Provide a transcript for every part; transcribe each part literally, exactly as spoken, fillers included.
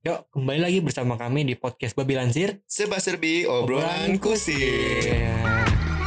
Yuk, kembali lagi bersama kami di podcast Babi Lansir. Serba serbi obrolan kusir. Ya.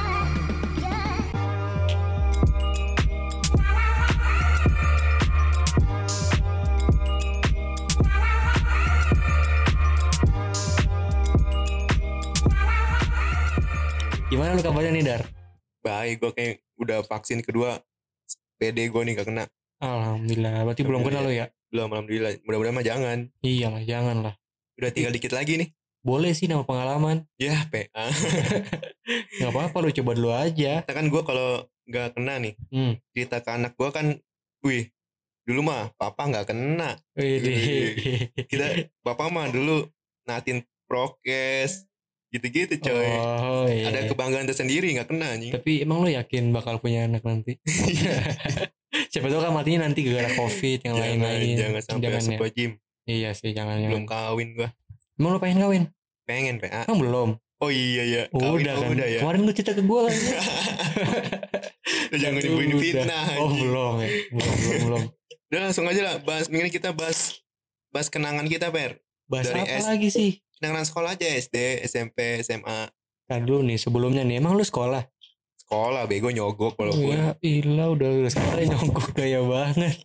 Gimana lu kabarnya nih, Dar? Baik, gue kayak udah vaksin kedua. Pede gue nih gak kena. Alhamdulillah, berarti belum kena lo ya? Belum, alhamdulillah. Mudah-mudahan mah jangan. Iyalah, jangan lah. Udah tinggal dikit lagi nih. Boleh sih nama pengalaman. Ya, P A. Gak apa-apa, lu coba dulu aja. Nah, kan gue kalau gak kena nih, Hmm. cerita ke anak gue kan, wih, dulu mah papa gak kena. Wih, Kita, papa mah dulu natin prokes, gitu-gitu coy. Oh iya. Ada kebanggaan tersendiri gak kena nih. Tapi emang lu yakin bakal punya anak nanti? Siapa tahu kan matinya nanti gara-gara covid yang Jangan, lain-lain. jangan sampai ya. sebuah gym. Iya sih, jangan. Belum jangan. kawin gue. Emang lu pengen kawin? Pengen P A. Emang belum? Oh iya ya. Oh, Kawin udah oh, kan. udah ya. Kemarin lu cerita ke gue kan. Jangan dibuin fitnah. Oh anjing. belum ya. Belum, belum, belum. Udah langsung aja lah bahas. Mending kita bahas bahas kenangan kita, Per. Bahas Dari apa S- lagi sih? Kenangan sekolah aja, S D, S M P, S M A. Kan dulu nih sebelumnya nih. Emang lu sekolah? Sekolah bego nyogok Oh, walaupun. ya ilah udah, udah sekolah nyongkok gaya banget.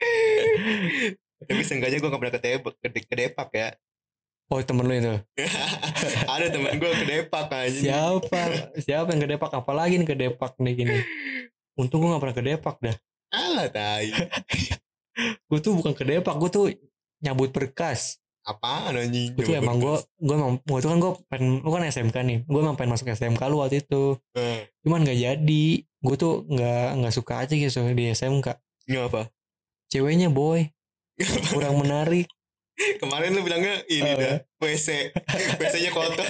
Tapi seenggaknya gue gak pernah ke, Tebak, ke, ke Depak ya. Oh temen lu itu? Ada temen gue ke Depak aja. Siapa? Siapa yang ke Depak? Apalagi nih ke Depak nih gini. Untung gue gak pernah ke Depak dah. Alah tai. Gue tuh bukan ke Depak, gue tuh nyabut berkas. Apaan anjing? Gue tuh emang gue, gue emang, gue tuh kan gue pengen, lu kan S M K nih, gue emang pengen masuk S M K lu waktu itu, Eh, cuman gak jadi, gue tuh gak, gak suka aja gitu di S M K, ngapa? ceweknya boy, kurang menarik. Kemarin lu bilangnya ini Oh, dah, W C. W C-nya kotor.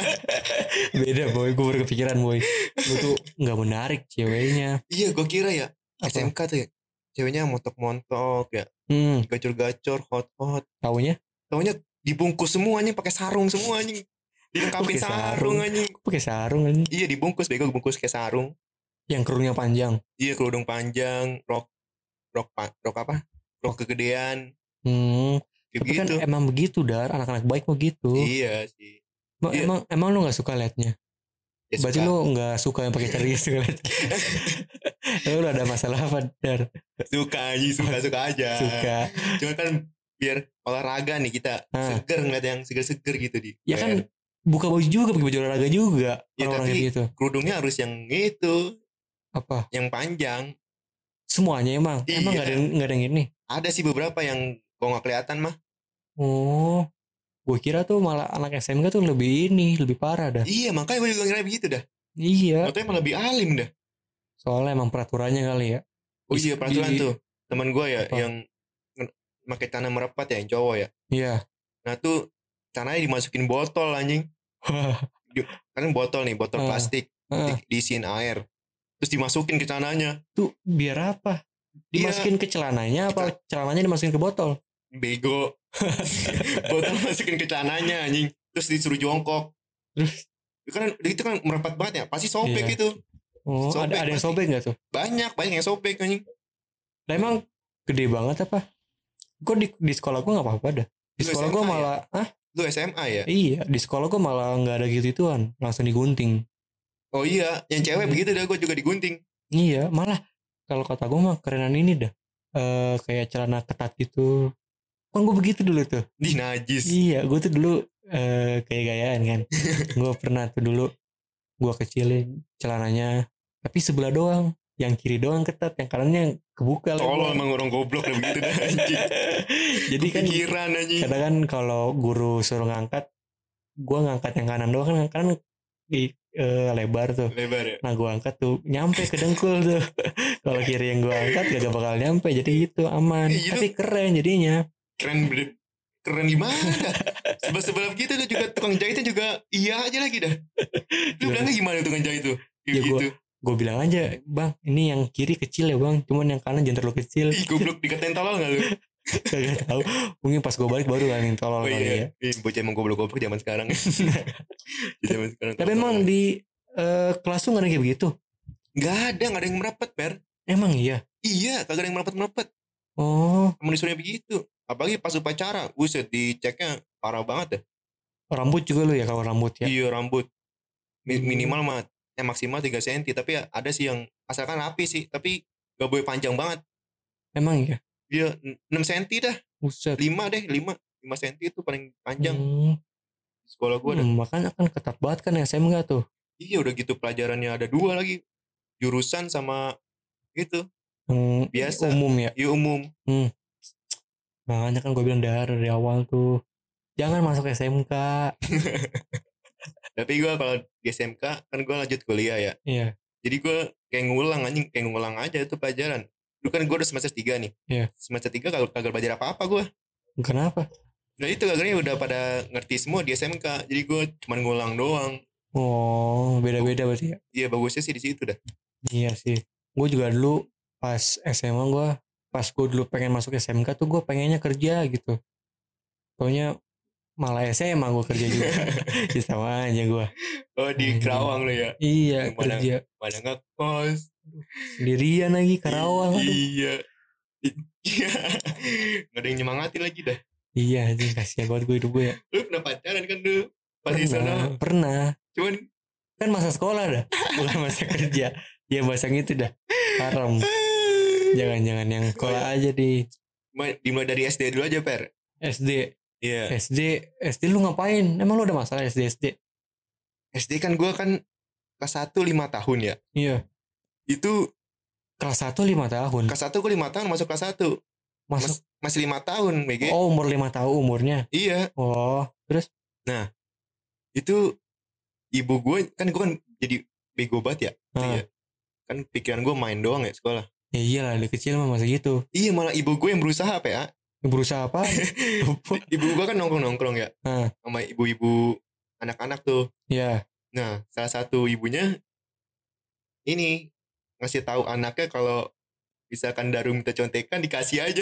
Beda boy, gue baru kepikiran boy, gue tuh gak menarik ceweknya. Iya, gue kira ya Apa? S M K tuh ya, ceweknya montok-montok ya, Hmm, gacor-gacor, hot-hot. taunya Taunya dibungkus semuanya pakai sarung semua anjing. Dilengkapin Pakai sarung. sarung anjing. pakai sarung kan, Iya dibungkus, bego bungkus kayak sarung. yang kerudungnya panjang. Iya kerudung panjang, rok rok pa- rok apa? Rok kegedean. Hmm, Kayak tapi kan gitu. emang begitu Dar, anak-anak baik mau gitu. Iya sih. Emang, Iya. emang, emang lu gak suka liatnya? Ya, Berarti suka, lu gak suka yang pakai ceris liat. Lu ada masalah apa Dar? suka anjing, suka-suka aja. Suka. Cuma kan biar olahraga nih kita Ah. seger ngeliat yang seger-seger gitu di. Ya kan buka baju juga, pakai baju olahraga juga. Ya, Orang-orang tapi- kayak gitu. kerudungnya harus yang itu, Apa? yang panjang. Semuanya emang? Iya. Emang gak ada, yang- gak ada yang ini? Ada sih beberapa yang kok nggak kelihatan mah. Oh. Gue kira tuh malah anak S M K tuh lebih ini, lebih parah dah. Iya makanya gue juga ngira begitu dah. Iya. Makanya malah lebih alim dah. Soalnya emang peraturannya kali ya. Oh Di- iya peraturan di- tuh. Teman gue ya Apa? yang nge- pakai tanah merepat ya yang cowok ya. Iya. Nah tuh tanahnya dimasukin botol anjing. Kan botol nih, botol Ah. plastik Ah. di- diisiin air. Terus dimasukin ke tanahnya. Tuh biar apa? Dia Dimasukin ke celananya apa celananya dimasukin ke botol? bego. Botol masukin ke tanahnya anjing. Terus disuruh jongkok. Terus? Kan itu kan merapat banget ya. Pasti sobek Iya. itu. Oh, Sobek ada ada yang pasti. sobek gak tuh? Banyak, banyak yang sobek anjing. Lah emang gede banget apa? Gue di, di sekolah gue gak apa-apa dah. Di Lu sekolah S M A gue ya? malah, ah Lu S M A ya? iya, di sekolah gue malah gak ada gitu-gituan. Langsung digunting. Oh iya, yang cewek Hmm. begitu dah gue juga digunting. Iya, malah kalau kata gue mah kerenan ini dah. Eh kayak celana ketat gitu. Kan gue begitu dulu tuh. Di najis. Iya, gue tuh dulu eh kayak gayaan kan. Gue pernah tuh dulu gue kecilin celananya, tapi sebelah doang. Yang kiri doang ketat, yang kanannya kebuka lah. Tolol emang orang goblok lah begitu dah anjing. Jadi kan Pikiran anjing. kadang kan kalau guru suruh ngangkat, gue ngangkat yang kanan doang kan, kan di eh, lebar tuh. Lebar ya. Nah gue angkat tuh nyampe ke dengkul tuh. Kalau kiri yang gue angkat gak bakal nyampe, jadi itu aman. Iya, Tapi keren jadinya. Keren bener. Keren gimana? Sebelah-sebelah gitu tuh juga tukang jahitnya juga iya aja lagi dah. Lu bilangnya gimana tukang jahit tuh? Kayak Ya, gitu. Gue bilang aja, bang, ini yang kiri kecil ya bang, cuman yang kanan jangan terlalu kecil. Ih goblok dikatain tolol gak lu? Kagak tahu. Mungkin pas gue balik baru kan yang tolol Oh kali ya. iya. Ih, bocah emang goblok-goblok zaman sekarang. Zaman sekarang. Tapi emang di eh, kelas tuh gak ada yang kayak begitu? Gak ada, gak ada yang merapat, Per. Emang iya? Iya, kagak ada yang merapat-merapat. Oh, Emang disuruhnya begitu. Apalagi pas upacara, buset diceknya parah banget deh. Rambut juga lu ya kalau rambut ya. Iya rambut Mi- Hmm. minimal mah eh, maksimal tiga sentimeter, tapi ya ada sih yang asalkan rapi sih, tapi gak boleh panjang banget. Emang ya. Dia enam sentimeter dah, Buset. lima deh, lima lima sentimeter itu paling panjang. Hmm. Di sekolah gua dah. Hmm, makanya kan ketat banget kan S M K tuh. Iya udah gitu pelajarannya ada dua lagi, jurusan sama itu Yang biasa. umum ya. Iya umum. Makanya kan gue bilang dari awal tuh jangan masuk S M K. Tapi gue kalau di S M K kan gue lanjut kuliah ya. Iya. Jadi gue kayak ngulang anjing, kayak ngulang aja itu pelajaran. Dulu kan gue udah semester tiga nih. Iya. Semester tiga kagak kagak belajar apa-apa gue. Kenapa? Nah itu kagaknya udah pada ngerti semua di S M K. Jadi gue cuma ngulang doang. Oh, beda-beda berarti ya. Iya bagusnya sih di situ dah. Iya sih. Gue juga dulu pas S M A gue, pas gue dulu pengen masuk S M K tuh gue pengennya kerja gitu. Soalnya malah S M A gue kerja juga. Ya sama aja gue. Oh di Anjing. Kerawang lo ya. Iya, Yang mana- kerja Mana ngekos. sendirian lagi Karawang. Aduh. Iya. Iya. Gak ada yang nyemangatin lagi dah. Iya anjing, kasihan banget gue hidup gue ya. Lu pernah pacaran kan dulu? Pas di sana. Pernah, pernah. Cuman Kan masa sekolah dah, bukan masa kerja. Ya bahasa gitu dah. Haram. Jangan-jangan yang sekolah aja di ma- dimulai dari S D dulu aja Per. S D. Iya. S D, S D lu ngapain? Emang lu ada masalah S D S D? S D kan gue kan kelas satu lima tahun ya. Iya. Itu Kelas satu lima tahun. kelas satu gue lima tahun masuk kelas satu. Masuk. Mas, masih lima tahun B G. Oh, umur lima tahun umurnya. Iya. Oh, terus Itu ibu gue kan gue kan jadi bego banget ya. Ah. Iya. Kan pikiran gue main doang ya sekolah. ya iyalah dari kecil mah masih gitu. Iya malah ibu gue yang berusaha P A. Berusaha apa? Ibu gue kan nongkrong-nongkrong ya. Ah. Sama ibu-ibu anak-anak tuh. Ya. Nah salah satu ibunya ini ngasih tahu anaknya kalau misalkan Daru minta contekan dikasih aja.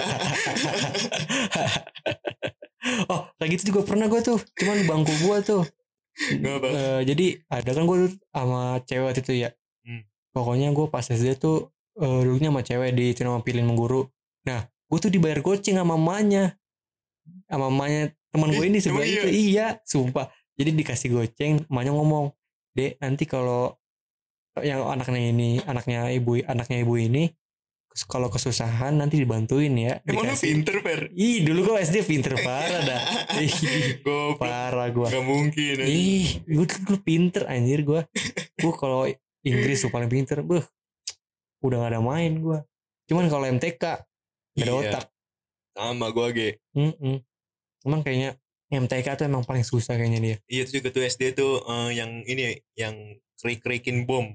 Oh, kayak gitu juga pernah gue tuh. Cuman bangku gue tuh. Kenapa? Eh, jadi ada kan gue sama cewek waktu itu ya. Hmm. Pokoknya gue pas S D tuh eh, dulunya sama cewek di nama pilih mengguru. Nah, gue tuh dibayar goceng sama mamanya. Sama mamanya teman gue ini sebelah Emang itu. Iya, sumpah. Jadi dikasih goceng, mamanya ngomong, "Dek, nanti kalau yang anaknya ini, anaknya ibu, anaknya ibu ini kalau kesusahan nanti dibantuin ya." Emang lu Dikasih. pinter Per? Ih, dulu gue S D pinter parah dah. Ih, Goblok. parah gue. Gak mungkin. anjing. Ih, gue dulu pinter anjir gue. Gue kalau Inggris tuh paling pinter. Beuh, udah gak ada main gue. Cuman kalau M T K gak ada Iya. otak. Sama gue ge. Mm-mm. Emang kayaknya M T K tuh emang paling susah kayaknya dia. Iya itu juga tuh S D tuh eh, yang ini yang krik-krikin bom.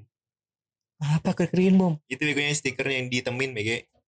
Apa kekeriin bom? Itu begonya stiker yang ditemin B G.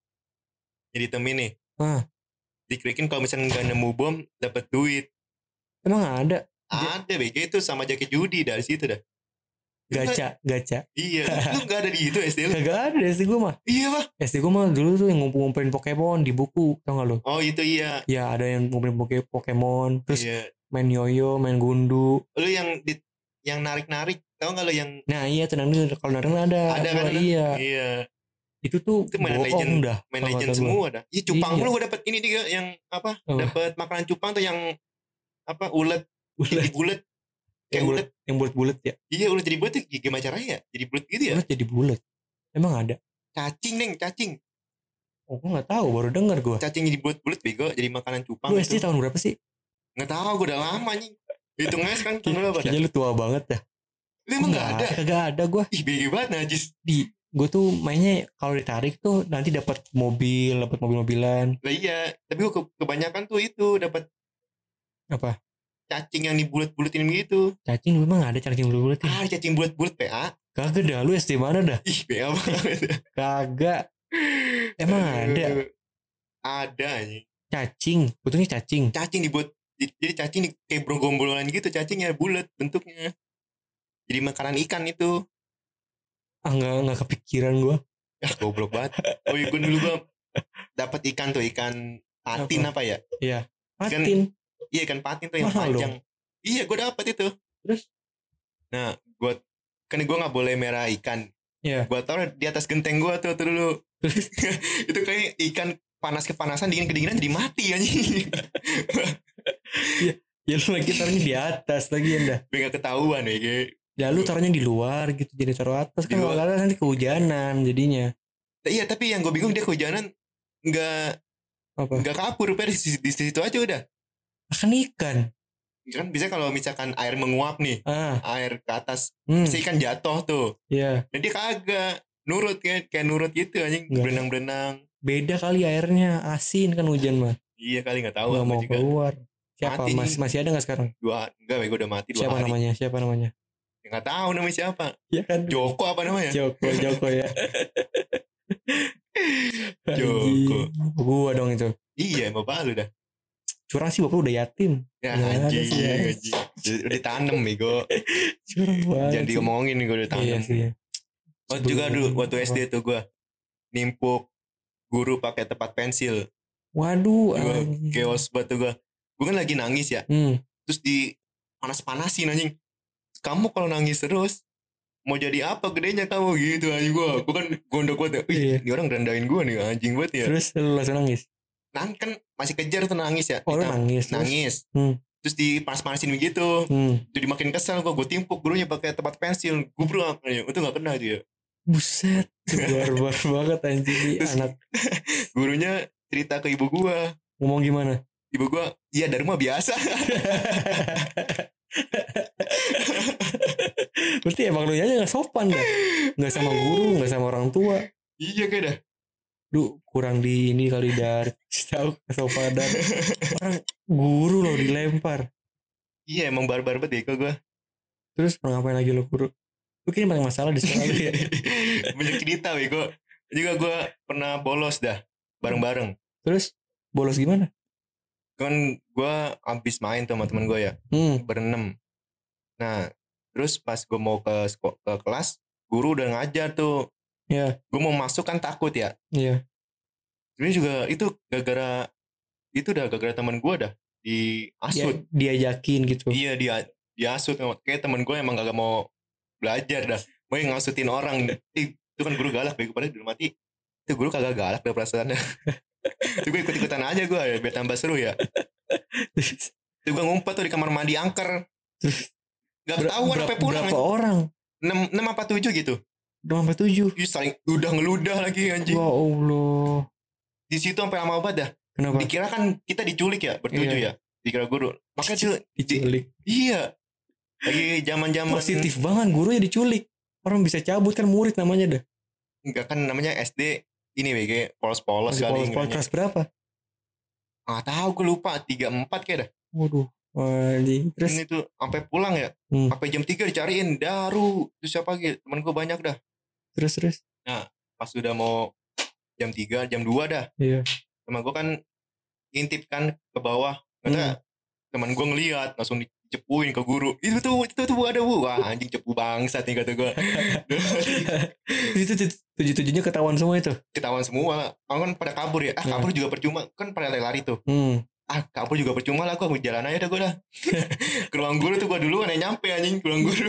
Yang ditemin nih. Ah. Dikrikin kalau misalnya nggak nemu bom dapat duit. Emang ada? Ada B G itu sama jaket judi dari situ dah. Gacha, gacha. Iya, lu nggak ada di itu S D lu? Kagak ada S D gue mah. Iya pak. S D gue mah dulu tuh yang ngumpul-ngumpulin Pokemon di buku, tau gak lu? Oh itu iya. Ya ada yang ngumpulin Poke- Pokemon, terus Iya. main yoyo, main gundu. Lu yang di, yang narik-narik, tahu nggak lu yang Nah iya tuh nanti kalau narik ada. ada Gua, kan? lu? Iya. Iya. Itu tuh Itu main bohong legend, dah. main kalau legend kata gua. semua dah. Iya cupang Iya. mulu gue dapet ini juga yang apa? Apa? Dapat makanan cupang tuh yang apa? Ulet, jadi bulat. Kayak Yang ulet. bulat, yang bulat-bulat ya. Iya ulet jadi bulat tuh gimana caranya ya? Jadi bulat gitu ya? Ulat jadi bulat. Emang ada? Cacing neng, cacing. Oh, gue nggak tahu, baru dengar gue. Cacing jadi bulat-bulat bego, jadi makanan cupang. Lu S D gitu. tahun berapa sih? Nggak tahu, gue udah lama nih. Hitungnya sekarang tahun berapa dah? Kayaknya lu tua banget dah. Lu emang nggak ada? Kagak ada gue. Ih bego banget najis. Di gue tuh mainnya kalau ditarik tuh nanti dapat mobil, dapat mobil-mobilan. Lah iya, tapi gue ke- kebanyakan tuh itu dapat Apa? cacing yang dibulat-bulatin gitu. Cacing memang ada cacing bulat-bulat ya? Ah, cacing bulat-bulat P A. Kagak dah, lu S D mana dah? Ih, bego banget. Kagak. Emang ada Aduh. Ada nih. cacing, betulnya cacing. Cacing dibuat di- jadi cacing di, kayak bergombolan gitu, cacingnya bulat bentuknya. Jadi makanan ikan itu. Ah nggak nggak kepikiran gue. Ya goblok banget. Oh iya, gue dulu gue dapat ikan tuh, ikan patin apa, ya? Iya. Kan- Patin. Iya, ikan patin tuh yang Mahal panjang. Iya, gue dapat itu. Terus? Nah, gue kan gue nggak boleh merah ikan. Iya. Gue taruh di atas genteng gue tuh, tuh dulu. Terus? Itu kayak ikan panas kepanasan, dingin kedinginan jadi mati anjing. Ya lu lagi taruhnya di atas lagi anda. Biar gak ketahuan ya kayak. Ya lu taruhnya di luar gitu, jadi taruh atas kan kalau nanti kehujanan jadinya. Iya tapi yang gue bingung dia kehujanan nggak apa? Nggak kapur, per di, di situ aja udah. Akan ikan. Kan bisa kalau misalkan air menguap nih, ah. air ke atas, hmm. pasti ikan jatuh tuh. Iya. Yeah. Dan dia kagak nurut kayak kayak nurut gitu anjing, berenang-berenang. Beda kali airnya, asin kan hujan mah. Iya kali nggak tahu. Nggak mau juga keluar. Siapa? Mati masih masih ada nggak sekarang? Dua enggak, gue udah mati dua siapa hari. Namanya? Siapa namanya? Ya, nggak tahu namanya siapa. Ya kan. Joko apa namanya? Joko, Joko ya. Joko. Gua dong itu. Iya, bapak lu dah. Curang sih, bapak udah yatim. Ya anjing, anjing. Udah ditanam bego. Curang banget. Jangan diomongin gue udah tanam. Iya sih. Oh juga dulu waktu S D tuh gue nimpuk guru pakai tempat pensil. Waduh, chaos banget tuh gue. Gue kan lagi nangis ya. Hmm. Terus di panas-panasin anjing. Kamu kalau nangis terus mau jadi apa gedenya kamu gitu anjing gue. Gue kan gondok banget. Ih, iya. Ini orang rendahin gue nih anjing banget ya. Terus lu langsung nangis? Nah, kan masih kejar tuh nangis ya. Oh, nangis. Nangis. Terus, hmm. terus dipanas-panasin begitu. Hmm. Jadi makin kesel gue. Gue timpuk gurunya pakai tempat pensil. Gubrak. Itu gak kena dia. Buset. Barbar banget anjing anak. Gurunya cerita ke ibu gue. Ngomong gimana? Ibu gue, iya dari rumah biasa. Berarti emang lu aja gak sopan dah. Gak sama guru, gak sama orang tua. Iya kayak dah. Lu kurang di ini kali dari tahu kesopanan. Orang guru lo dilempar. Iya emang barbar banget ya gue. Terus ngapain lagi lo guru? Lu kayaknya banyak masalah di sekolah lu ya. Banyak cerita wego. Juga gue pernah bolos dah bareng-bareng. Terus bolos gimana? Kan gue abis main tuh sama temen gue ya. Hmm. Berenem. Nah terus pas gue mau ke ke kelas, guru udah ngajar tuh. Iya. Yeah. Gue mau masuk kan takut ya. Iya. Yeah. Sebenarnya juga itu gara-gara itu dah gara-gara teman gue dah diasut. Dia, diajakin gitu. Iya dia diasut. Kayak teman gue emang gak mau belajar dah. Mau ngasutin orang. Eh, itu kan guru galak. Padahal di mati. Itu guru kagak galak dah perasaannya. Itu gue ikut-ikutan aja gue ya, biar tambah seru ya. Itu gue ngumpet tuh di kamar mandi angker. Gak Ber- ketahuan sampai pulang. Berapa orang? enam apa tujuh gitu. enam apa tujuh? Ih, saling udah ngeludah lagi anjing. Ya Allah. Di situ sampai lama banget dah. Kenapa? Dikira kan kita diculik ya, bertujuh iya. ya. Dikira guru. Makanya tuh diculik. Iya. Lagi zaman-zaman positif banget gurunya diculik. Orang bisa cabut kan murid namanya dah. Enggak kan namanya S D ini W G polos-polos kali. Polos-polos kelas berapa? Ah tahu gue lupa tiga empat kayak dah. Waduh. Wajib. Terus ini tuh sampai pulang ya. Hmm. Sampai jam tiga dicariin Daru. Terus siapa gitu? Temen gue banyak dah. Terus terus. Nah, pas udah mau jam tiga, jam dua dah. Iya. Temen gue kan ngintip kan ke bawah. Kata hmm. temen gue ngeliat langsung dicepuin ke guru. Itu tuh itu tuh ada bu. Wah, anjing cepu bangsat nih kata gue. Itu tujuh-tujuhnya ketahuan semua itu. Ketahuan semua. Kan pada kabur ya. Ah, kabur juga percuma. Kan pada lari-lari tuh. Hmm. Ah kabur juga percuma lah, gue jalan aja dah gue dah. Ke ruang guru tuh gue duluan yang nyampe anjing ke ruang guru.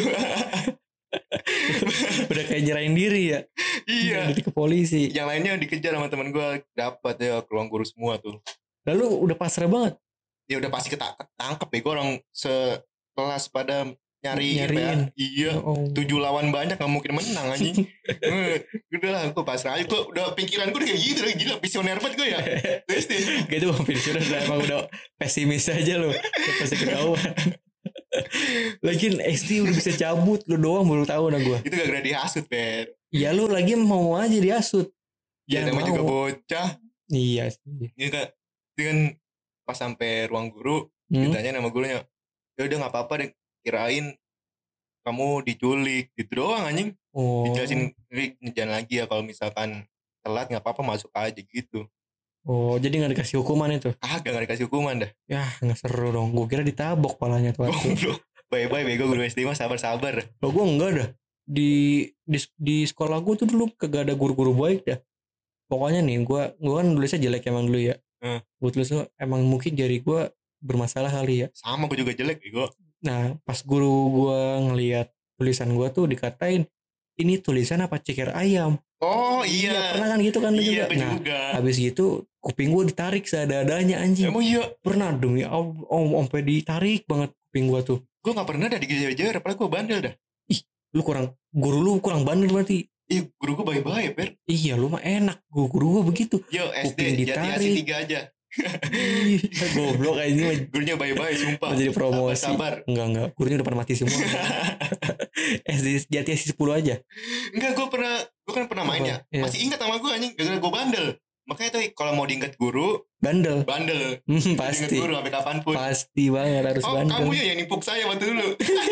Udah kayak nyerahin diri ya. Iya. Ke polisi. Yang lainnya dikejar sama teman gue, dapat ya ke ruang guru semua tuh. Lalu udah pasrah banget. Ya udah pasti ketangkep ya, gue orang sekelas pada nyari nyariin. Ya. Iya. Oh. Tujuh lawan banyak gak mungkin menang anjing. Udah lah gue pasrah aja. Gue udah pikiran gue udah kayak gitu. Gila visioner banget gue ya. Terus nih. Gak itu visioner udah emang udah pesimis aja lo. Pasti ketahuan. Lagian S D udah bisa cabut. Lo doang baru tahu nah gue. Itu gara-gara dihasut Per. Ya lo lagi mau aja dihasut. Ya namanya juga bocah. Iya sih. Ini kan, kan pas sampai ruang guru hmm? ditanya nama gurunya. Ya udah gak apa-apa deh. Kirain kamu diculik gitu doang anjing. Oh. Dijelasin jangan lagi ya kalau misalkan telat nggak apa-apa masuk aja gitu. Oh jadi nggak dikasih hukuman itu? Ah nggak dikasih hukuman dah. Ya nggak seru dong. Gue kira ditabok palanya tuh. Bye bye bego guru S D mah sabar-sabar. Oh gue enggak dah. Di di di sekolah gue tuh dulu kagak ada guru-guru baik dah. Pokoknya nih gue gue kan tulisnya jelek emang dulu ya. Hmm. Gue tulis emang mungkin jari gue bermasalah kali ya. Sama gue juga jelek bego. Nah pas guru gue ngelihat tulisan gue tuh dikatain ini tulisan apa ceker ayam. Oh iya. Pernah kan gitu kan lu Iya juga. gue Nah juga. habis gitu kuping gue ditarik seadanya anjing. Emang iya. Pernah demi om om sampai ditarik banget kuping gue tuh. Gue gak pernah dah digejar-gejar, padahal gue bandel dah. Ih lu kurang, guru lu kurang bandel berarti. Ih guru gue baik-baik Per. Iya lu mah enak, guru, guru gue begitu. Yo S D Kuping Jati ditarik. Asih tiga aja. Ih, goblok aja mah. Gurunya baik-baik sumpah. Jadi promosi. Sabar, sabar. Enggak enggak, gurunya udah pada mati semua. S D Jati Asih sepuluh aja. Enggak, gue pernah, gue kan pernah main ya. Iya. Masih ingat sama gue anjing, gara-gara gue bandel. Makanya tuh kalau mau diingat guru, Bandel. bandel. Hmm, Diingat pasti. guru sampai kapanpun. Pasti banget harus Oh bandel. kamu ya yang nimpuk saya waktu dulu.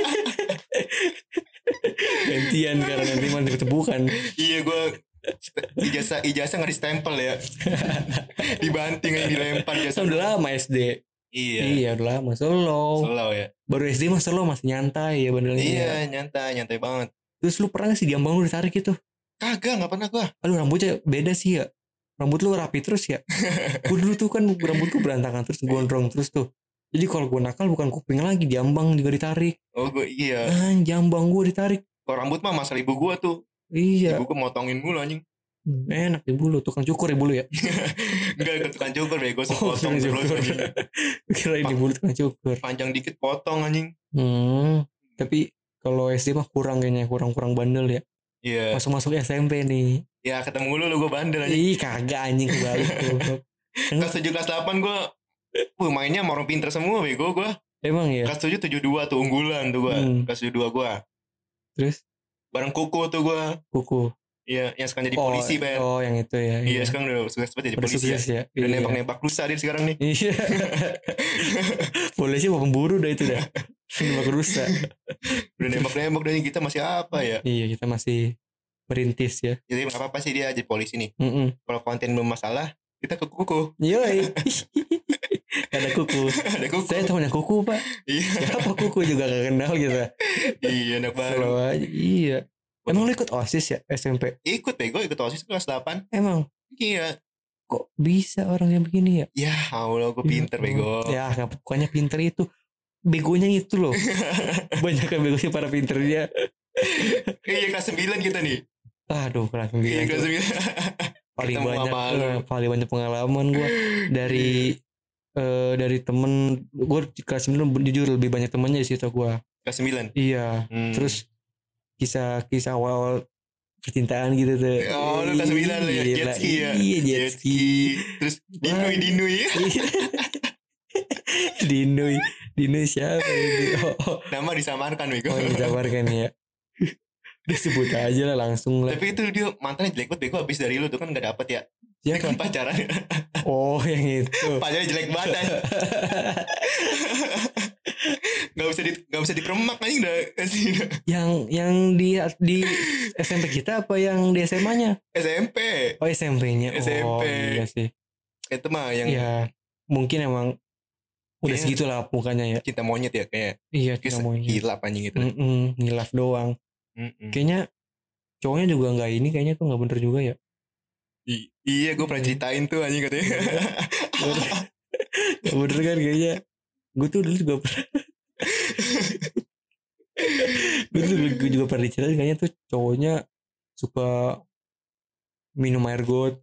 Gantian karena nanti mah ditebukan. Iya gue ijazah ijazah nggak di stempel ya. Dibanting aja dilempar Kan ijazah. udah lama S D. Iya. Iya udah lama slow. Slow ya. Baru S D mah slow masih nyantai ya bandelnya. Iya nyantai nyantai banget. Terus lu pernah gak sih diambang lu ditarik gitu? Kagak nggak pernah gue. Aduh rambutnya beda sih ya. Rambut lu rapi terus ya. Gue dulu tuh kan rambutku berantakan terus gondrong terus tuh. Jadi kalau gue nakal bukan kuping lagi, diambang juga ditarik. Oh gue iya. Ah, jambang gue ditarik. Kalau rambut mah masalah ibu gue tuh. Iya. Ibu gue motongin mulu anjing. Hmm, enak ibu lu, tukang cukur ibu lu ya. Enggak ikut tukang cukur bego sih Oh, potong tukang terus cukur. anjing. Kirain ibu lu tukang cukur. Panjang dikit potong anjing. Hmm, tapi kalau S D mah kurang kayaknya, kurang-kurang bandel ya. Iya. Masuk-masuk S M P nih. Ya ketemu lu lu gue bandel anjing. Ih, kagak anjing kebalik goblok. Kelas tujuh kelas delapan gue Wah mainnya sama orang pinter semua bego gue. Emang ya? Kelas tujuh tujuh dua tuh unggulan tuh gue. Hmm. Kelas tujuh dua gue. Terus Bareng Kuku tuh gue. kuku. Iya yang sekarang jadi Oh, polisi Ben. oh yang itu ya. Iya sekarang udah sukses banget jadi Udah polisi ya. sukses ya. Udah Iya. nembak-nembak rusa dia sekarang nih. Iya. Polisi mau pemburu dah itu dah. Nembak rusa. Udah nembak-nembak dan kita masih apa ya. Iya kita masih merintis ya. Jadi gak apa-apa sih dia jadi polisi nih. Mm-mm. Kalau konten belum masalah kita ke Kuku. Yoi. Ada kuku. Ada Kuku. Saya temannya kuku pak. Iya. Siapa kuku juga gak kenal gitu. Iya anak baru. Slow aja. Iya. Emang lu ikut OSIS ya S M P? Ikut bego ikut OSIS kelas delapan. Emang Iya. kok bisa orang yang begini ya? Ya Allah gue pinter bego. Ya nggak pokoknya pinter itu. Begonya itu loh. Banyak kan begonya para pinternya. Iya kelas sembilan kita nih. Aduh kelas Iya sembilan kelas tuh. sembilan. Paling Ketemu banyak sama lu. eh, paling banyak pengalaman gue dari eh, dari temen gue kelas sembilan jujur lebih banyak temennya di situ gue. Kelas sembilan. Iya. Hmm. Terus kisah-kisah awal percintaan gitu tuh. Oh lu kelas sembilan lu ya. Gila, Jet ski ya. Iya jet ski. Terus dinui dinui. Dinui Dinui siapa ini? Oh, oh. Nama disamarkan bego. Oh disamarkan ya. Disebut aja lah langsung lah. Tapi itu dia mantannya jelek banget bego abis dari lu tuh kan gak dapet ya. Dia Siapa? kan pacaran. Oh yang itu. Pacarnya jelek banget. anjing. Gak bisa di gak bisa dikeremak anjing dah. Yang yang di di S M P kita apa yang di S M A-nya? S M P. Oh S M P-nya. S M P. Oh iya sih. Itu mah yang Ya mungkin emang udah Kayaknya- segitulah mukanya ya. cinta monyet ya kayak Iya Kis, kita maunya. hilap anjing itu. Mm-mm, ngilaf doang. Mm-mm. Kayaknya cowoknya juga nggak ini, kayaknya tuh nggak bener juga ya. I- iya gue pernah ceritain tuh anjing katanya. Gak bener kan kayaknya. Gue tuh dulu juga pernah. Gue tuh gue juga pernah diceritain kayaknya tuh cowoknya suka minum air got.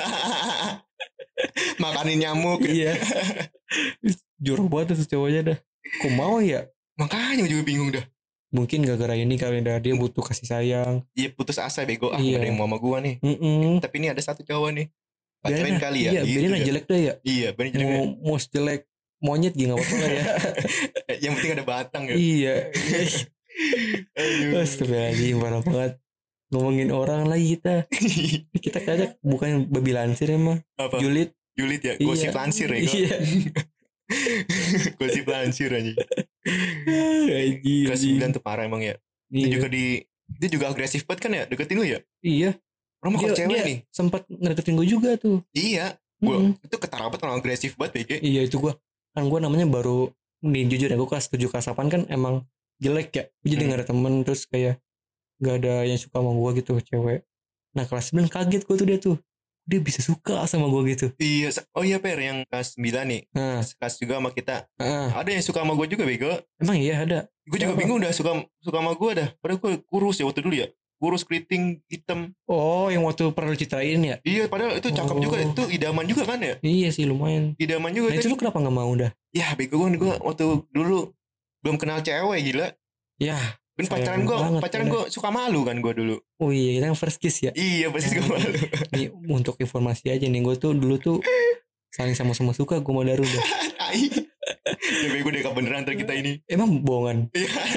Makanin nyamuk. Iya. Jorok banget tuh cowoknya dah. Kok mau ya? Makanya gue juga bingung dah. Mungkin gara-gara ini kali dah dia butuh kasih sayang. Iya putus asa bego. Ah Iya. gak ada yang mau sama gue nih. Mm-mm. Tapi ini ada satu cowok nih. Pacarin Biarin lah, kali ya. Iya, Gitu biarin lah dah. jelek dah ya. Iya bener jelek. Mau, mau jelek monyet gitu gak apa-apa lah ya. Yang penting ada batang ya. Iya. Aduh. Astagfirullahaladzim, parah banget. Ngomongin orang lagi kita. Kita kayaknya bukan babi lansir emang. Apa? Julid. Julid ya. Iya. Gosip lansir ya. Iya. Gosip lansir aja. Anjing, Kelas anjing. sembilan tuh parah emang ya. Iya. Dia juga di dia juga agresif banget kan ya deketin lu ya. Iya. Orang Dia, kalau cewek dia nih. sempat ngedeketin gue juga tuh. Iya. Gua Mm-mm. itu ketara banget orang agresif banget B G. Iya itu gue. Kan gue namanya baru. Nih jujur ya gue kelas tujuh kelas delapan kan emang jelek ya. Jadi Hmm. gak ada temen. Terus kayak gak ada yang suka sama gue gitu cewek. Nah kelas sembilan kaget gue tuh dia tuh. Dia bisa suka sama gue gitu. Iya. Oh iya Per yang kelas sembilan nih. Nah. Kelas juga sama kita. Ah, Ada yang suka sama gue juga bego. emang iya ada. Gue juga Siapa? bingung dah suka suka sama gue dah. Padahal gue kurus ya waktu dulu ya. kurus keriting hitam. Oh, yang waktu pernah lu ceritain ya? Iya, padahal itu cakep Oh. juga, itu idaman juga kan ya? Iya sih lumayan. Idaman juga. Nah itu lu kenapa gak mau dah? Ya bego gue, gue waktu dulu belum kenal cewek gila. Ya. Kan pacaran gue, pacaran gue suka malu kan gue dulu. Oh iya, kita kan first kiss ya. Iya, pasti gue malu. Nih untuk informasi aja nih, gue tuh dulu tuh saling sama-sama suka gue mau Daru dah. Ya bego deh beneran ntar kita ini. Emang bohongan.